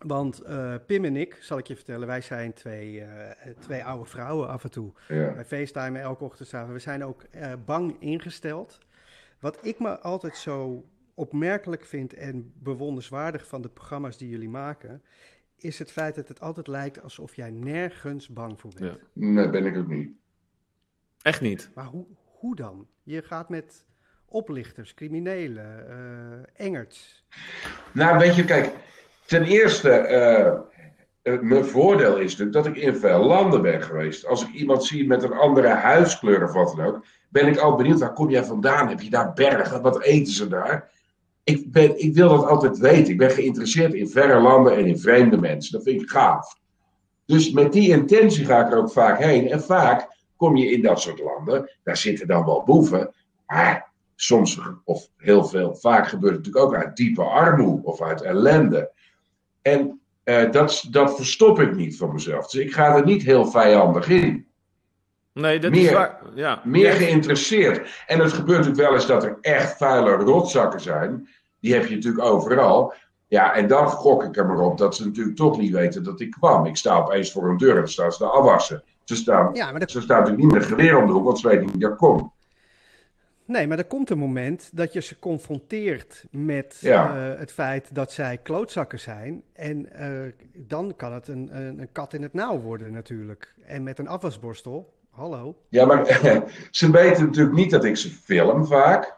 Want uh, Pim en ik, zal ik je vertellen, wij zijn twee, uh, twee oude vrouwen af en toe. Ja. Wij facetimen elke ochtend samen. We zijn ook uh, bang ingesteld. Wat ik me altijd zo opmerkelijk vind en bewonderenswaardig van de programma's die jullie maken, is het feit dat het altijd lijkt alsof jij nergens bang voor bent. Ja. Nee, ben ik ook niet. Echt niet. Maar hoe, hoe dan? Je gaat met oplichters, criminelen, uh, engerts. Nou, weet je, kijk, ten eerste, uh, uh, mijn voordeel is natuurlijk dat ik in veel landen ben geweest. Als ik iemand zie met een andere huidskleur of wat dan ook, ben ik al benieuwd, waar kom jij vandaan? Heb je daar bergen? Wat eten ze daar? Ik, ben, ik wil dat altijd weten. Ik ben geïnteresseerd in verre landen en in vreemde mensen. Dat vind ik gaaf. Dus met die intentie ga ik er ook vaak heen. En vaak kom je in dat soort landen, daar zitten dan wel boeven, maar soms, of heel veel, vaak gebeurt het natuurlijk ook uit diepe armoede of uit ellende. En uh, dat, dat verstop ik niet van mezelf. Dus ik ga er niet heel vijandig in. Nee, dat meer, is waar. Ja. Meer geïnteresseerd. En het gebeurt natuurlijk wel eens dat er echt vuile rotzakken zijn. Die heb je natuurlijk overal. Ja, en dan gok ik er maar op dat ze natuurlijk toch niet weten dat ik kwam. Ik sta opeens voor een deur en dan staan ze te afwassen. Ze staan, ja, maar dat... ze staan natuurlijk niet met een geweer om de hoek, want ze weten niet dat ik kom. Nee, maar er komt een moment dat je ze confronteert met ja. uh, het feit dat zij klootzakken zijn. En uh, dan kan het een, een, een kat in het nauw worden natuurlijk. En met een afwasborstel, hallo. Ja, maar ze weten natuurlijk niet dat ik ze film vaak.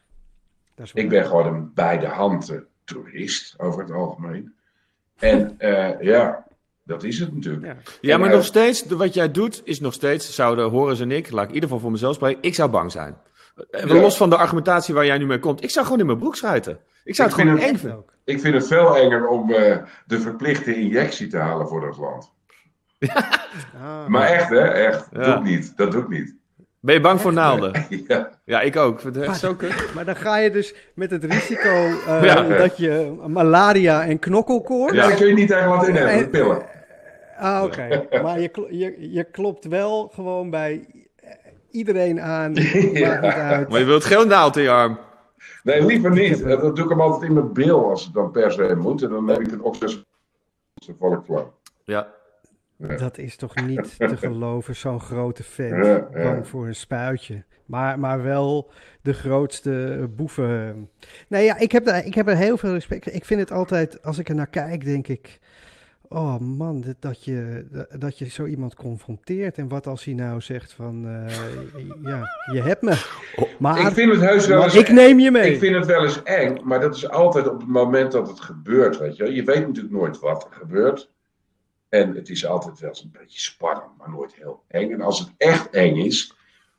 Dat is ik ben gewoon een bij de hand toerist over het algemeen. En uh, ja, dat is het natuurlijk. Ja, ja maar uh, nog steeds, wat jij doet is nog steeds, zouden Horus en ik, laat ik in ieder geval voor mezelf spreken, ik zou bang zijn. Ja. Los van de argumentatie waar jij nu mee komt. Ik zou gewoon in mijn broek schuiten. Ik zou ik het gewoon eng vinden. Ik vind het veel enger om uh, de verplichte injectie te halen voor dat land. Ja. Ah, maar echt hè, echt. Ja. Doe ik niet. Dat doe ik niet. Ben je bang voor naalden? Ja. Ja, ik ook. Ik vind het echt zo kut. Maar dan ga je dus met het risico uh, ja. dat je malaria en knokkelkoorts... Ja, daar kun je niet echt wat in hebben, de pillen. Ah, oké. Okay. Maar je, je, je klopt wel gewoon bij iedereen aan. Ja. Uit. Maar je wilt geen naald in je arm. Nee, liever niet. Dat doe ik hem altijd in mijn bil als het dan per se moet. En dan heb ik het ook zes volk vlam. Ja. Ja. Dat is toch niet te geloven, zo'n grote vent, ja, ja. bang voor een spuitje. Maar, maar wel de grootste boeven. Nee, ja, ik heb, er, ik heb er heel veel respect. Ik vind het altijd, als ik er naar kijk, denk ik... Oh man, dat, dat, je, dat je zo iemand confronteert. En wat als hij nou zegt van... Uh, ja, je hebt me. Maar, ik vind het heus wel eens... Ik neem je mee. Ik vind het wel eens eng, maar dat is altijd op het moment dat het gebeurt, weet je. Je weet natuurlijk nooit wat er gebeurt. En het is altijd wel eens een beetje spannend, maar nooit heel eng. En als het echt eng is,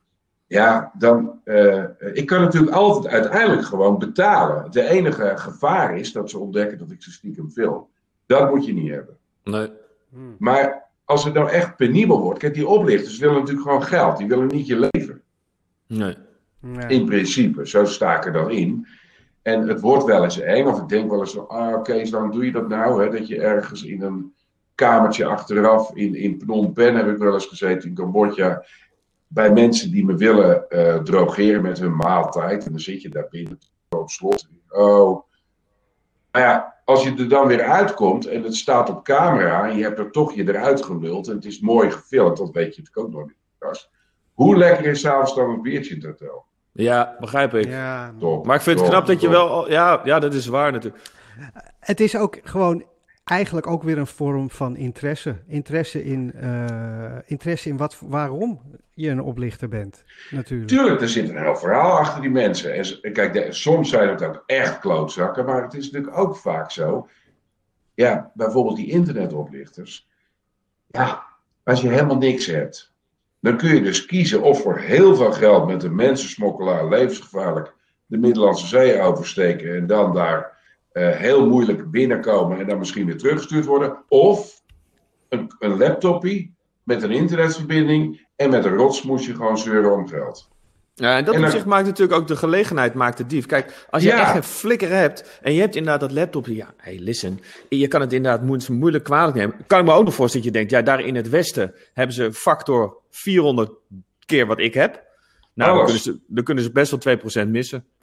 ja, dan... Uh, ik kan natuurlijk altijd uiteindelijk gewoon betalen. De enige gevaar is dat ze ontdekken dat ik ze stiekem film. Dat moet je niet hebben. Nee. Hmm. Maar als het nou echt penibel wordt... Kijk, die oplichters willen natuurlijk gewoon geld. Die willen niet je leven. Nee. nee. In principe, zo sta ik er dan in. En het wordt wel eens eng. Of ik denk wel eens van... Ah, oké, okay, dan doe je dat nou. Hè, dat je ergens in een... kamertje achteraf in, in Phnom Penh heb ik wel eens gezeten in Cambodja. Bij mensen die me willen uh, drogeren met hun maaltijd. En dan zit je daar binnen op slot. Oh. Maar ja, als je er dan weer uitkomt en het staat op camera. En je hebt er toch je eruit geluld. En het is mooi gefilmd. Dat weet je natuurlijk ook nog niet. Hoe lekker is s'avonds dan een biertje in het hotel? Ja, begrijp ik. Ja, top, maar ik vind top, het knap dat top. je wel... Ja, ja, dat is waar natuurlijk. Het is ook gewoon... Eigenlijk ook weer een vorm van interesse. Interesse in, uh, interesse in wat, waarom je een oplichter bent, natuurlijk. Tuurlijk, er zit een heel verhaal achter die mensen. En kijk, de, soms zijn het ook echt klootzakken, maar het is natuurlijk ook vaak zo. Ja, bijvoorbeeld die internetoplichters. Ja, als je helemaal niks hebt, dan kun je dus kiezen of voor heel veel geld met een mensensmokkelaar levensgevaarlijk de Middellandse Zee oversteken en dan daar... Uh, heel moeilijk binnenkomen en dan misschien weer teruggestuurd worden. Of een, een laptopie met een internetverbinding en met een rotsmoesje gewoon zeuren om geld. Ja, en dat en op dan... zich maakt natuurlijk ook de gelegenheid maakt de dief. Kijk, als je ja. echt geen flikker hebt en je hebt inderdaad dat laptopje, ja, hey, listen, je kan het inderdaad mo- moeilijk kwalijk nemen. Kan ik me ook nog voorstellen dat je denkt, ja, daar in het Westen hebben ze factor vierhonderd keer wat ik heb. Nou, dan kunnen, ze, dan kunnen ze best wel twee procent missen.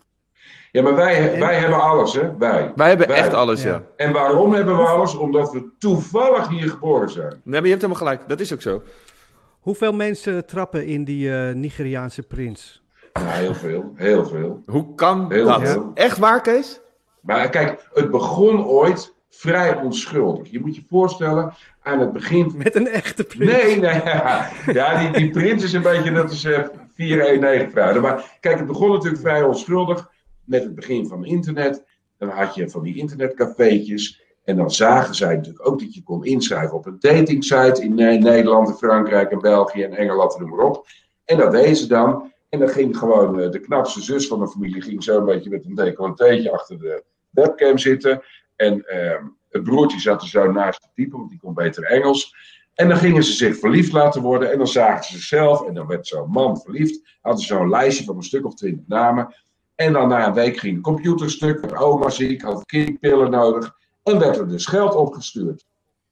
Ja, maar wij, En- wij hebben alles, hè? Wij. Wij hebben Wij. echt alles, ja. Ja. En waarom hebben we alles? Omdat we toevallig hier geboren zijn. Nee, maar je hebt helemaal gelijk. Dat is ook zo. Hoeveel mensen trappen in die eh, Nigeriaanse prins? Nou, heel veel. Heel veel. Hoe kan Heel dat? veel. Echt waar, Kees? Maar kijk, het begon ooit vrij onschuldig. Je moet je voorstellen, aan het begin... Met een echte prins? Nee, nee. Ja, ja die, die prins is een beetje, dat is uh, vier een negen fraude. Maar kijk, het begon natuurlijk vrij onschuldig met het begin van internet. Dan had je van die internetcafeetjes. En dan zagen zij natuurlijk ook dat je kon inschrijven op een datingsite in uh, Nederland, en Frankrijk en België en Engeland en noem maar op. En dat deden ze dan. En dan ging gewoon uh, de knapste zus van de familie ging zo een beetje met een decolleteetje achter de webcam zitten. En uh, het broertje zat er zo naast te typen, want die kon beter Engels. En dan gingen ze zich verliefd laten worden. En dan zagen ze zichzelf. En dan werd zo'n man verliefd. Hadden ze zo'n lijstje van een stuk of twintig namen. En dan na een week ging de computer stuk. Werd oma ziek, had kindpillen nodig. En werd er dus geld opgestuurd.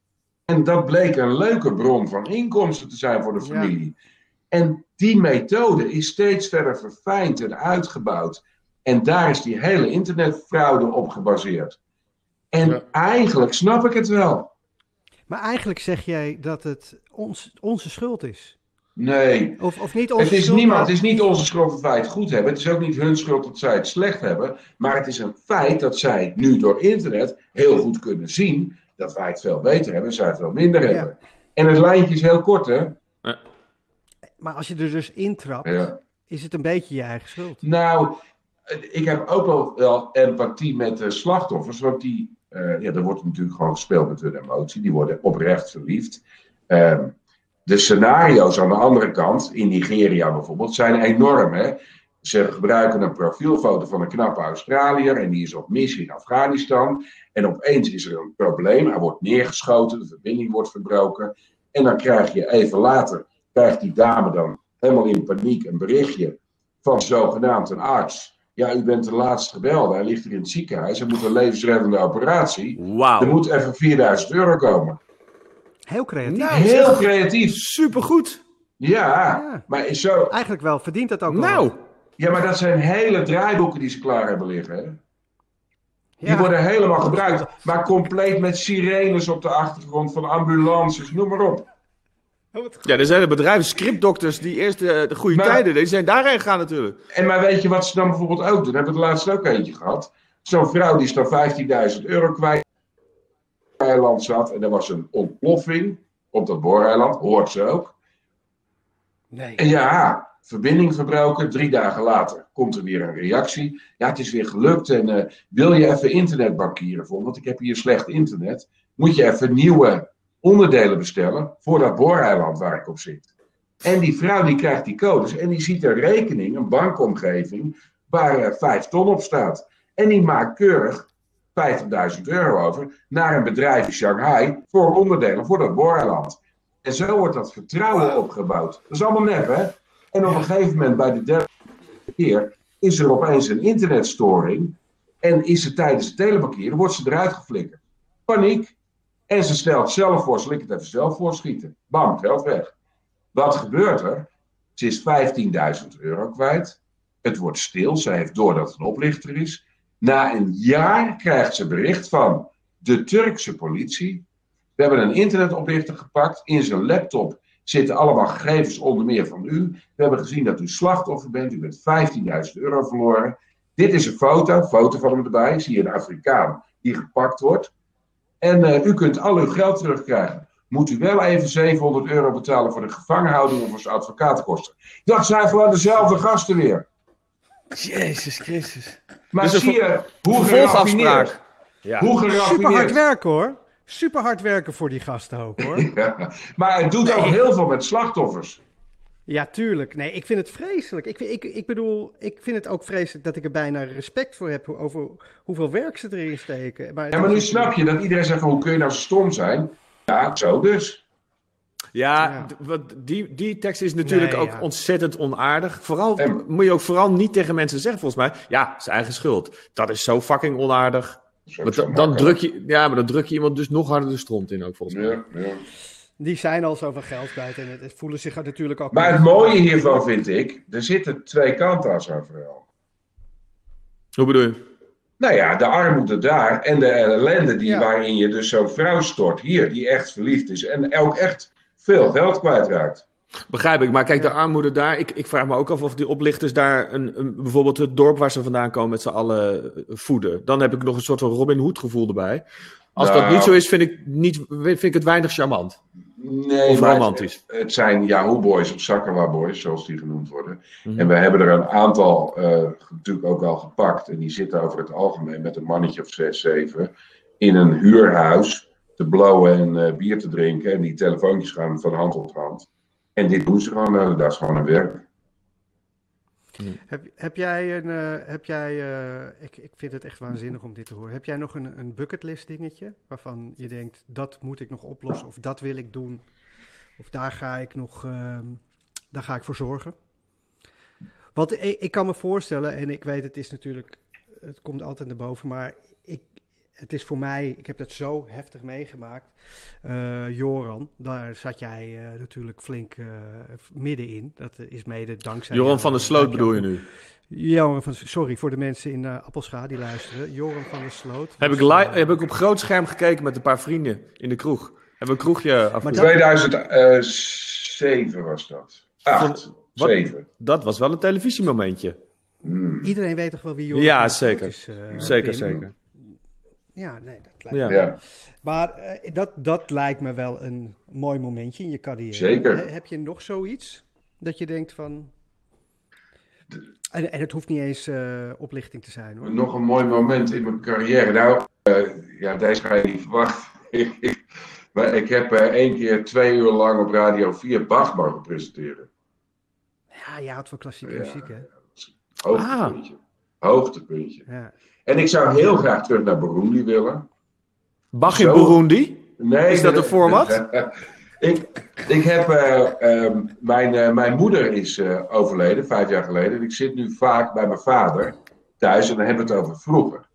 En dat bleek een leuke bron van inkomsten te zijn voor de familie. Ja. En die methode is steeds verder verfijnd en uitgebouwd. En daar is die hele internetfraude op gebaseerd. En ja. eigenlijk snap ik het wel. Maar eigenlijk zeg jij dat het ons, onze schuld is. Nee. Of, of niet onze het is schuld. Niemand, maar... Het is niet onze schuld dat wij het goed hebben. Het is ook niet hun schuld dat zij het slecht hebben. Maar het is een feit dat zij nu door internet heel goed kunnen zien dat wij het veel beter hebben en zij het veel minder Ja. hebben. En het lijntje is heel kort, hè? Ja. Maar als je er dus intrapt, Ja. is het een beetje je eigen schuld. Nou, ik heb ook wel, wel empathie met de slachtoffers. Want die, uh, ja, er wordt natuurlijk gewoon gespeeld met hun emotie. Die worden oprecht verliefd. Uh, de scenario's aan de andere kant, in Nigeria bijvoorbeeld, zijn enorm. Hè? Ze gebruiken een profielfoto van een knappe Australiër. En die is op missie in Afghanistan. En opeens is er een probleem. Hij wordt neergeschoten, de verbinding wordt verbroken. En dan krijg je even later, krijgt die dame dan helemaal in paniek een berichtje van zogenaamd een arts. Ja, u bent de laatste gebelde. Hij ligt hier in het ziekenhuis. Hij moet een levensreddende operatie. Wauw. Er moet even vierduizend euro komen. Heel creatief. Nou, Heel zeg, creatief. Supergoed. Ja, Ja. maar is zo... Eigenlijk wel, verdient het ook wel. Nou. Ja, maar dat zijn hele draaiboeken die ze klaar hebben liggen, hè? Die Ja. worden helemaal gebruikt. Maar compleet met sirenes op de achtergrond van ambulances, noem maar op. Ja, er zijn er bedrijven, scriptdokters, die eerst de, de goede Maar- tijden, die zijn daarheen gegaan natuurlijk. En maar weet je wat ze dan bijvoorbeeld ook doen? Daar hebben we het laatst ook eentje gehad. Zo'n vrouw die is dan vijftienduizend euro kwijt. Op het eiland zat en er was een ontploffing op dat booreiland, hoort ze ook. Nee. En ja, verbinding verbroken, drie dagen later komt er weer een reactie. Ja, het is weer gelukt en uh, wil je even internetbankieren voor? Want ik heb hier slecht internet. Moet je even nieuwe onderdelen bestellen voor dat booreiland waar ik op zit. En die vrouw die krijgt die codes en die ziet een rekening, een bankomgeving, waar uh, vijf ton op staat. En die maakt keurig vijftigduizend euro over naar een bedrijf in Shanghai voor onderdelen voor dat booreiland. En zo wordt dat vertrouwen opgebouwd. Dat is allemaal nep, hè? En op een gegeven moment, bij de derde keer, is er opeens een internetstoring. En is ze tijdens het telebankieren, wordt ze eruit geflikkerd. Paniek. En ze stelt zelf voor, zal ik het even zelf voorschieten. Bam, geld weg. Wat gebeurt er? Ze is vijftienduizend euro kwijt. Het wordt stil, ze heeft door dat het een oplichter is. Na een jaar krijgt ze bericht van de Turkse politie. We hebben een internetoplichter gepakt. In zijn laptop zitten allemaal gegevens onder meer van u. We hebben gezien dat u slachtoffer bent. U bent vijftienduizend euro verloren. Dit is een foto, foto van hem erbij. Zie je een Afrikaan die gepakt wordt. En uh, u kunt al uw geld terugkrijgen. Moet u wel even zevenhonderd euro betalen voor de gevangenhouding of voor zijn advocatenkosten. Dat zijn gewoon dezelfde gasten weer. Jezus Christus. Maar Dus een zie je hoe Vervolgafspraak. geraffineerd. Ja. Hoe Super hard geraffineerd. werken hoor. Super hard werken voor die gasten ook hoor. Ja, maar het doet ook heel veel met slachtoffers. Ja, tuurlijk. Nee, ik vind het vreselijk. Ik, ik, ik bedoel, ik vind het ook vreselijk dat ik er bijna respect voor heb over hoeveel werk ze erin steken. Maar, Ja, maar nu snap je dat iedereen zegt van hoe kun je nou zo stom zijn? Ja, zo dus. Ja, Ja. d- wat, die, die tekst is natuurlijk Nee, ook ja. ontzettend onaardig. Vooral En- moet je ook vooral niet tegen mensen zeggen, volgens mij. Ja, zijn eigen schuld. Dat is zo fucking onaardig. Zo- Want zo dan, dan makkelijk. druk je, ja, maar dan druk je iemand dus nog harder de stront in ook, volgens mij. Ja, ja. die zijn al zoveel geld kwijt en het, het voelen zich natuurlijk ook... Maar het mooie hiervan vind ik, er zitten twee kanten aan zo'n verhaal. Hoe bedoel je? Nou ja, de armoede daar en de ellende die, Ja. waarin je dus zo'n vrouw stort hier, die echt verliefd is en ook echt veel geld kwijtraakt. Begrijp ik, maar kijk, de armoede daar, ik, ik vraag me ook af of die oplichters daar een, een, bijvoorbeeld het dorp waar ze vandaan komen met z'n allen voeden. Dan heb ik nog een soort van Robin Hood gevoel erbij. Als Nou, dat niet zo is, vind ik, niet, vind ik het weinig charmant. Nee, Of maar romantisch. Het, het zijn Yahoo Boys of Sakala Boys, zoals die genoemd worden. Mhm. En we hebben er een aantal uh, natuurlijk ook al gepakt. En die zitten over het algemeen met een mannetje of zes, zeven in een huurhuis te blowen en uh, bier te drinken. En die telefoontjes gaan van hand tot hand. En dit doen ze gewoon, uh, dat is gewoon een werk. Heb, heb jij een, uh, heb jij, uh, ik, ik vind het echt waanzinnig om dit te horen. Heb jij nog een, een bucketlist dingetje waarvan je denkt, dat moet ik nog oplossen of dat wil ik doen? Of daar ga ik nog, uh, daar ga ik voor zorgen? Want ik, ik kan me voorstellen, en ik weet het is natuurlijk, het komt altijd naar boven, maar ik, het is voor mij, ik heb dat zo heftig meegemaakt. Uh, Joran, daar zat jij uh, natuurlijk flink uh, middenin. Dat is mede dankzij... Joran jou, van der Sloot bedoel je nu? Joran van, sorry voor de mensen in uh, Appelscha die luisteren. Joran van der Sloot. Heb ik, li- uh, heb ik op groot scherm gekeken met een paar vrienden in de kroeg. Hebben we een kroegje afgezet. tweeduizend zeven was dat. Acht, Wat? zeven. Dat was wel een televisiemomentje. Hmm. Iedereen weet toch wel wie Joran Ja, van der Sloot zeker. is? Uh, Zeker, Pim? zeker. Ja, nee, dat lijkt Ja. me. Ja. Maar uh, dat, dat lijkt me wel een mooi momentje in je carrière. Zeker. He, heb je nog zoiets dat je denkt van... En, en het hoeft niet eens uh, oplichting te zijn, hoor. Nog een mooi moment in mijn carrière. Nou, uh, ja, deze ga je niet verwachten. Maar ik heb uh, één keer twee uur lang op Radio vier Bach mogen presenteren. Ja, je houdt van klassieke Ja. muziek, hè? Hoogtepuntje. Hoogtepuntje. Ja. En ik zou heel graag terug naar Burundi willen. Bach in Zo. Burundi? Nee, Is dat een format? ik, ik heb, uh, um, mijn, uh, mijn moeder is uh, overleden, vijf jaar geleden. En ik zit nu vaak bij mijn vader thuis en dan hebben we het over vroeger.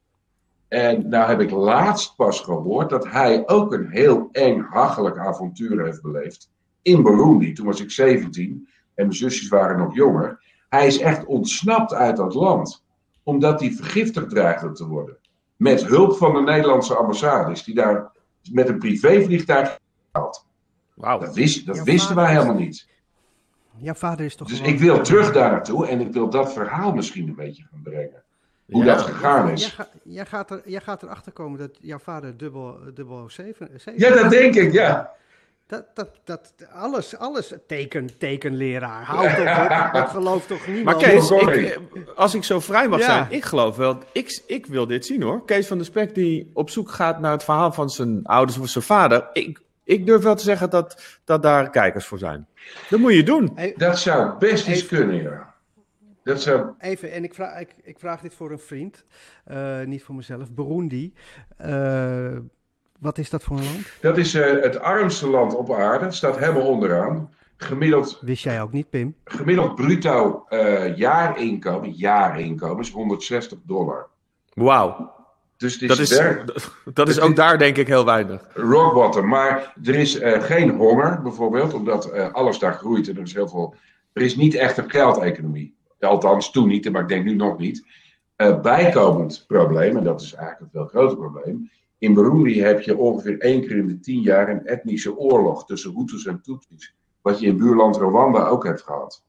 En nou heb ik laatst pas gehoord dat hij ook een heel eng, hachelijk avontuur heeft beleefd. In Burundi, toen was ik zeventien en mijn zusjes waren nog jonger. Hij is echt ontsnapt uit dat land, omdat hij vergiftigd dreigde te worden. Met hulp van de Nederlandse ambassade is die daar met een privévliegtuig gehaald. Wauw. Dat, wist, dat Jouw wisten wij vader is- helemaal niet. Jouw vader is toch Dus gewoon... ik wil terug daar naartoe en ik wil dat verhaal misschien een beetje gaan brengen. Hoe Ja. dat gegaan Jij, is. ga, jij, gaat er, jij gaat erachter komen dat jouw vader dubbel, dubbel zeven... zeven Ja, dat denk ik, ja. Dat, dat, dat, alles, alles, teken, tekenleraar, houd toch op, dat gelooft toch Maar niemand? Kees, Sorry. ik, als ik zo vrij mag Ja. zijn, ik geloof wel, ik, ik wil dit zien hoor. Kees van der Spek die op zoek gaat naar het verhaal van zijn ouders of zijn vader. Ik, ik durf wel te zeggen dat, dat daar kijkers voor zijn. Dat moet je doen. Hey, Dat zou best eens Even- kunnen, ja. Dat zou... Even, en ik vraag, ik, ik vraag dit voor een vriend, uh, niet voor mezelf. Burundi, uh, wat is dat voor een land? Dat is uh, het armste land op aarde. Staat helemaal onderaan. Gemiddeld, Wist jij ook niet, Pim? gemiddeld bruto uh, jaarinkomen, jaarinkomen is honderdzestig dollar. Wauw. Dus het is, Dat is, werk, dat is ook daar denk ik heel weinig. rock bottom. Maar er is uh, geen honger bijvoorbeeld, omdat uh, alles daar groeit en er is heel veel. Er is niet echt een geldeconomie. Althans, toen niet, maar ik denk nu nog niet. Uh, bijkomend probleem, en dat is eigenlijk een veel groter probleem. In Burundi heb je ongeveer één keer in de tien jaar een etnische oorlog tussen Hutus en Tutsis. Wat je in buurland Rwanda ook hebt gehad.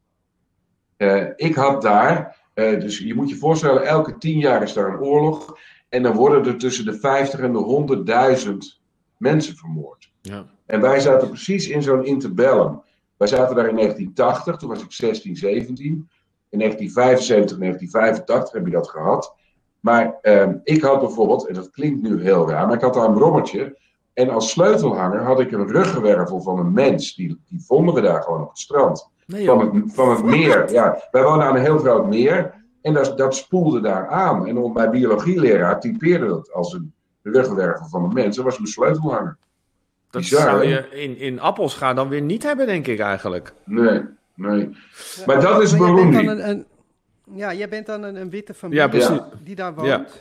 Uh, ik had daar, uh, dus je moet je voorstellen, elke tien jaar is daar een oorlog. En dan worden er tussen de vijftig en de honderdduizend mensen vermoord. Ja. En wij zaten precies in zo'n interbellum. Wij zaten daar in negentien tachtig, toen was ik zestien, zeventien. In negentien vijfenzeventig, negentien vijfentachtig heb je dat gehad. Maar uh, ik had bijvoorbeeld, en dat klinkt nu heel raar, maar ik had daar een brommertje. En als sleutelhanger had ik een ruggenwervel van een mens. Die, die vonden we daar gewoon op het strand. Nee, Van joh. het, van het meer. Ja, wij wonen aan een heel groot meer. En dat, dat spoelde daar aan. En op mijn biologieleraar typeerde dat als een ruggenwervel van een mens. Dat was mijn sleutelhanger. Dat Bizar, zou hè? je in, in Appelscha dan weer niet hebben, denk ik eigenlijk. Nee, nee. Maar dat is Maar jij bent Burundi. dan een, een, ja, jij bent dan een, een witte familie Ja, precies. die daar woont. Ja.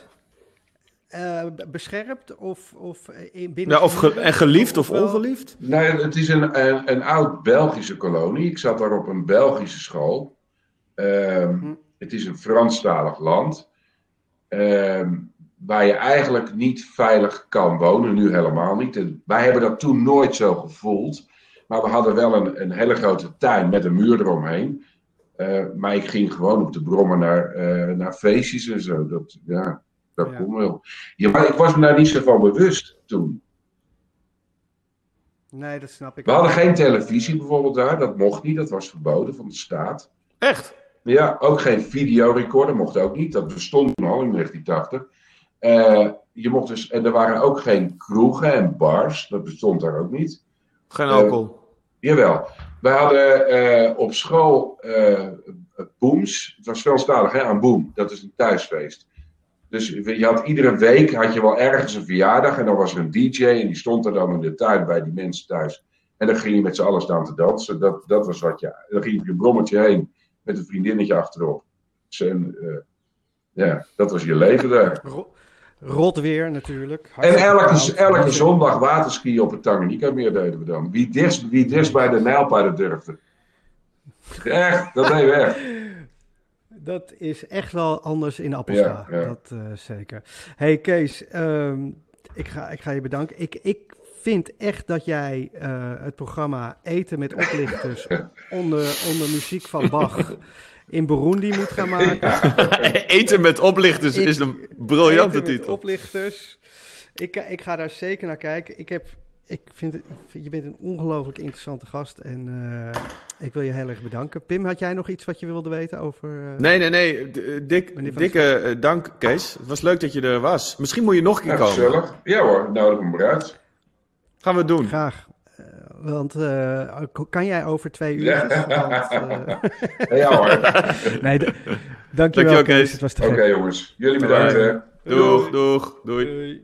Uh, beschermd of, of in binnen. Ja, of ge- en geliefd of ongeliefd? Nee, het is een, een, een oud Belgische kolonie. Ik zat daar op een Belgische school. Um, Hm. Het is een Franstalig land. uh, waar je eigenlijk niet veilig kan wonen, nu helemaal niet. En wij hebben dat toen nooit zo gevoeld. Maar we hadden wel een, een hele grote tuin met een muur eromheen. Uh, maar ik ging gewoon op de brommen naar, uh, naar feestjes en zo. Dat, ja, dat ja. kon wel. Ja, maar ik was me daar niet zo van bewust toen. Nee, dat snap ik. We hadden geen televisie bijvoorbeeld daar. Dat mocht niet. Dat was verboden van de staat. Echt? Ja, ook geen videorecorder mocht ook niet. Dat bestond al in negentien tachtig. Uh, je mocht dus, en er waren ook geen kroegen en bars. Dat bestond daar ook niet. Geen alcohol? Uh, jawel. Wij hadden uh, op school uh, booms. Het was veelstalig, hè, aan boom. Dat is een thuisfeest. Dus je had iedere week had je wel ergens een verjaardag. En dan was er een D J. En die stond er dan in de tuin bij die mensen thuis. En dan ging je met z'n allen staan te dansen. Dat, dat was wat je... Dan ging je op je brommetje heen. Met een vriendinnetje achterop. Dus en, uh, ja, dat was je leven daar. Rot weer natuurlijk. En elke, elke zondag waterskiën op het Tanganyika-meer deden we dan. Wie dichtst, wie dichtst bij de Nijlpaarden durfde. Echt, dat deden we echt. Dat is echt wel anders in Appelscha. Ja, ja. Dat uh, zeker. Hey Kees, um, ik, ga, ik ga je bedanken. Ik, ik vind echt dat jij uh, het programma Eten met Oplichters onder, onder muziek van Bach in Burundi moet gaan maken. Ja. Eten met Oplichters ik, is een briljante eten titel. Met Oplichters. Ik, ik ga daar zeker naar kijken. Ik heb, ik vind het, je bent een ongelooflijk interessante gast en uh, ik wil je heel erg bedanken. Pim, had jij nog iets wat je wilde weten over... Uh, nee, nee, nee. D- dik, dikke uh, dank, Kees. Het was leuk dat je er was. Misschien moet je nog een keer ja, komen. Gezellig. Ja hoor, nodig hem eruit. Gaan we doen. Graag. Uh, want uh, kan jij over twee uur? Ja, want, uh... ja hoor. nee, d- dankjewel, Dank Kees. Het was te Oké okay, jongens, jullie bedankt. Hè. Doeg, doeg, doei. doei.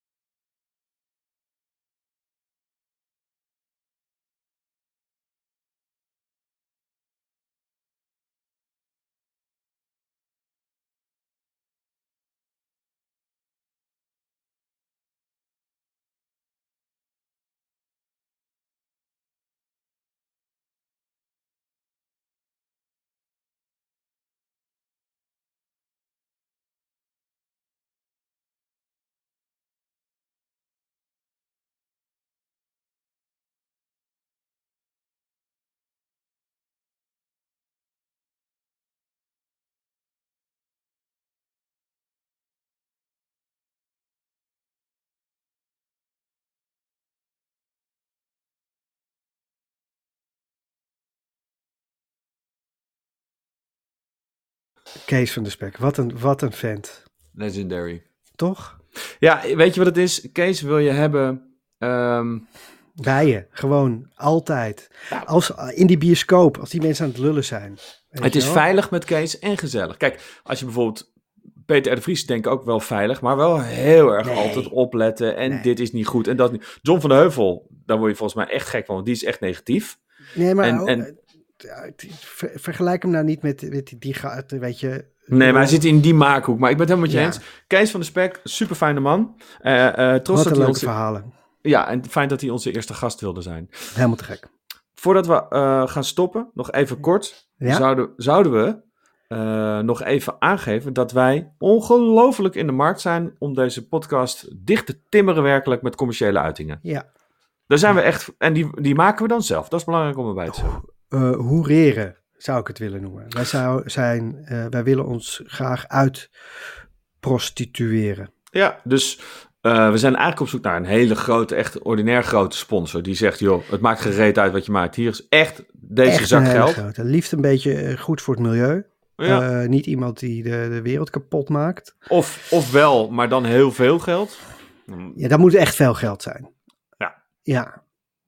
Kees van der Spek, wat een, wat een vent. Legendary. Toch? Ja, weet je wat het is? Kees wil je hebben... Um... Bij je, gewoon, altijd. Ja. Als, in die bioscoop, als die mensen aan het lullen zijn. Het is wel? Veilig met Kees en gezellig. Kijk, als je bijvoorbeeld... Peter R. de Vries denk ik ook wel veilig, maar wel heel erg nee. altijd opletten. En nee. dit is niet goed en dat niet. John van de Heuvel, daar word je volgens mij echt gek van, want die is echt negatief. Nee, maar... En, oh, en... Ver, vergelijk hem nou niet met, met die, die, weet je... Nee, maar hij zit in die maakhoek. Maar ik ben het helemaal met je ja. eens. Kees van der Spek, super fijne man. Uh, uh, trots Wat dat een hij onze... verhalen. Ja, en fijn dat hij onze eerste gast wilde zijn. Helemaal te gek. Voordat we uh, gaan stoppen, nog even kort. Ja? Zouden, zouden we uh, nog even aangeven dat wij ongelooflijk in de markt zijn om deze podcast dicht te timmeren werkelijk met commerciële uitingen. Ja. Daar zijn we echt... En die, die maken we dan zelf. Dat is belangrijk om erbij te zeggen. Uh, hoereren zou ik het willen noemen. Wij, zou zijn, uh, wij willen ons graag uitprostitueren. Ja, dus uh, we zijn eigenlijk op zoek naar een hele grote, echt ordinair grote sponsor. Die zegt, joh, het maakt gereed uit wat je maakt. Hier is echt deze echt zak een geld. Grote. Liefst een beetje goed voor het milieu. Ja. Uh, niet iemand die de, de wereld kapot maakt. Of, of wel, maar dan heel veel geld. Ja, dat moet echt veel geld zijn. Ja. Ja.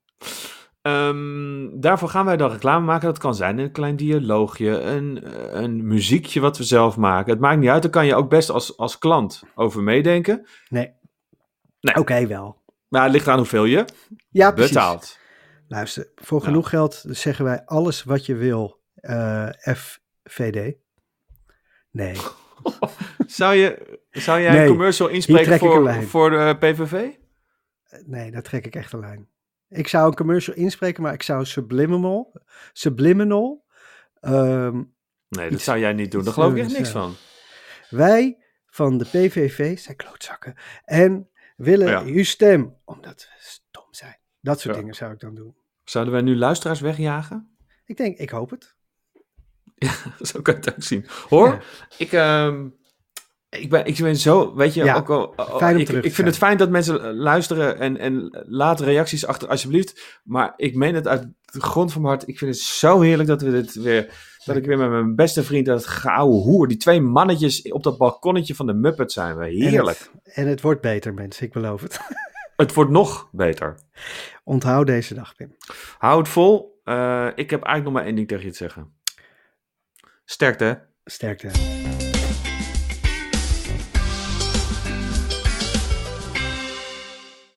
Um, daarvoor gaan wij dan reclame maken. Dat kan zijn een klein dialoogje, een, een muziekje wat we zelf maken. Het maakt niet uit, daar kan je ook best als, als klant over meedenken. Nee. nee. Oké, okay, wel. Maar het ligt aan hoeveel je ja, betaalt. Luister, voor genoeg ja. geld zeggen wij alles wat je wil. Uh, F V D. Nee. zou, je, zou jij nee, een commercial inspreken voor, voor de P V V? Nee, daar trek ik echt een lijn. Ik zou een commercial inspreken, maar ik zou subliminal, subliminal. Um, nee, dat iets, zou jij niet doen. Daar geloof ik echt niks van. Wij van de P V V zijn klootzakken. En willen Ja. uw stem, omdat we stom zijn. Dat soort Ja. dingen zou ik dan doen. Zouden wij nu luisteraars wegjagen? Ik denk, ik hoop het. Zo kan je het ook zien. Hoor, Ja. ik, ehm, ik, ben, ik ben zo, weet je, Ja, ook al, al- fijn om ik, terug te ik vind het zijn. fijn dat mensen eh, luisteren en, en laat reacties achter, alsjeblieft. Maar ik meen het uit de grond van mijn hart. Ik vind het zo heerlijk dat we dit weer, dat ik weer met mijn beste vriend, dat gouden hoer, die twee mannetjes op dat balkonnetje van de Muppet zijn we. Heerlijk. En het, en het wordt beter, mensen. Ik beloof het. Het wordt nog beter. Onthoud deze dag, Pim. Hou het vol. Uh, ik heb eigenlijk nog maar één ding tegen je te zeggen. Sterkte. Sterkte.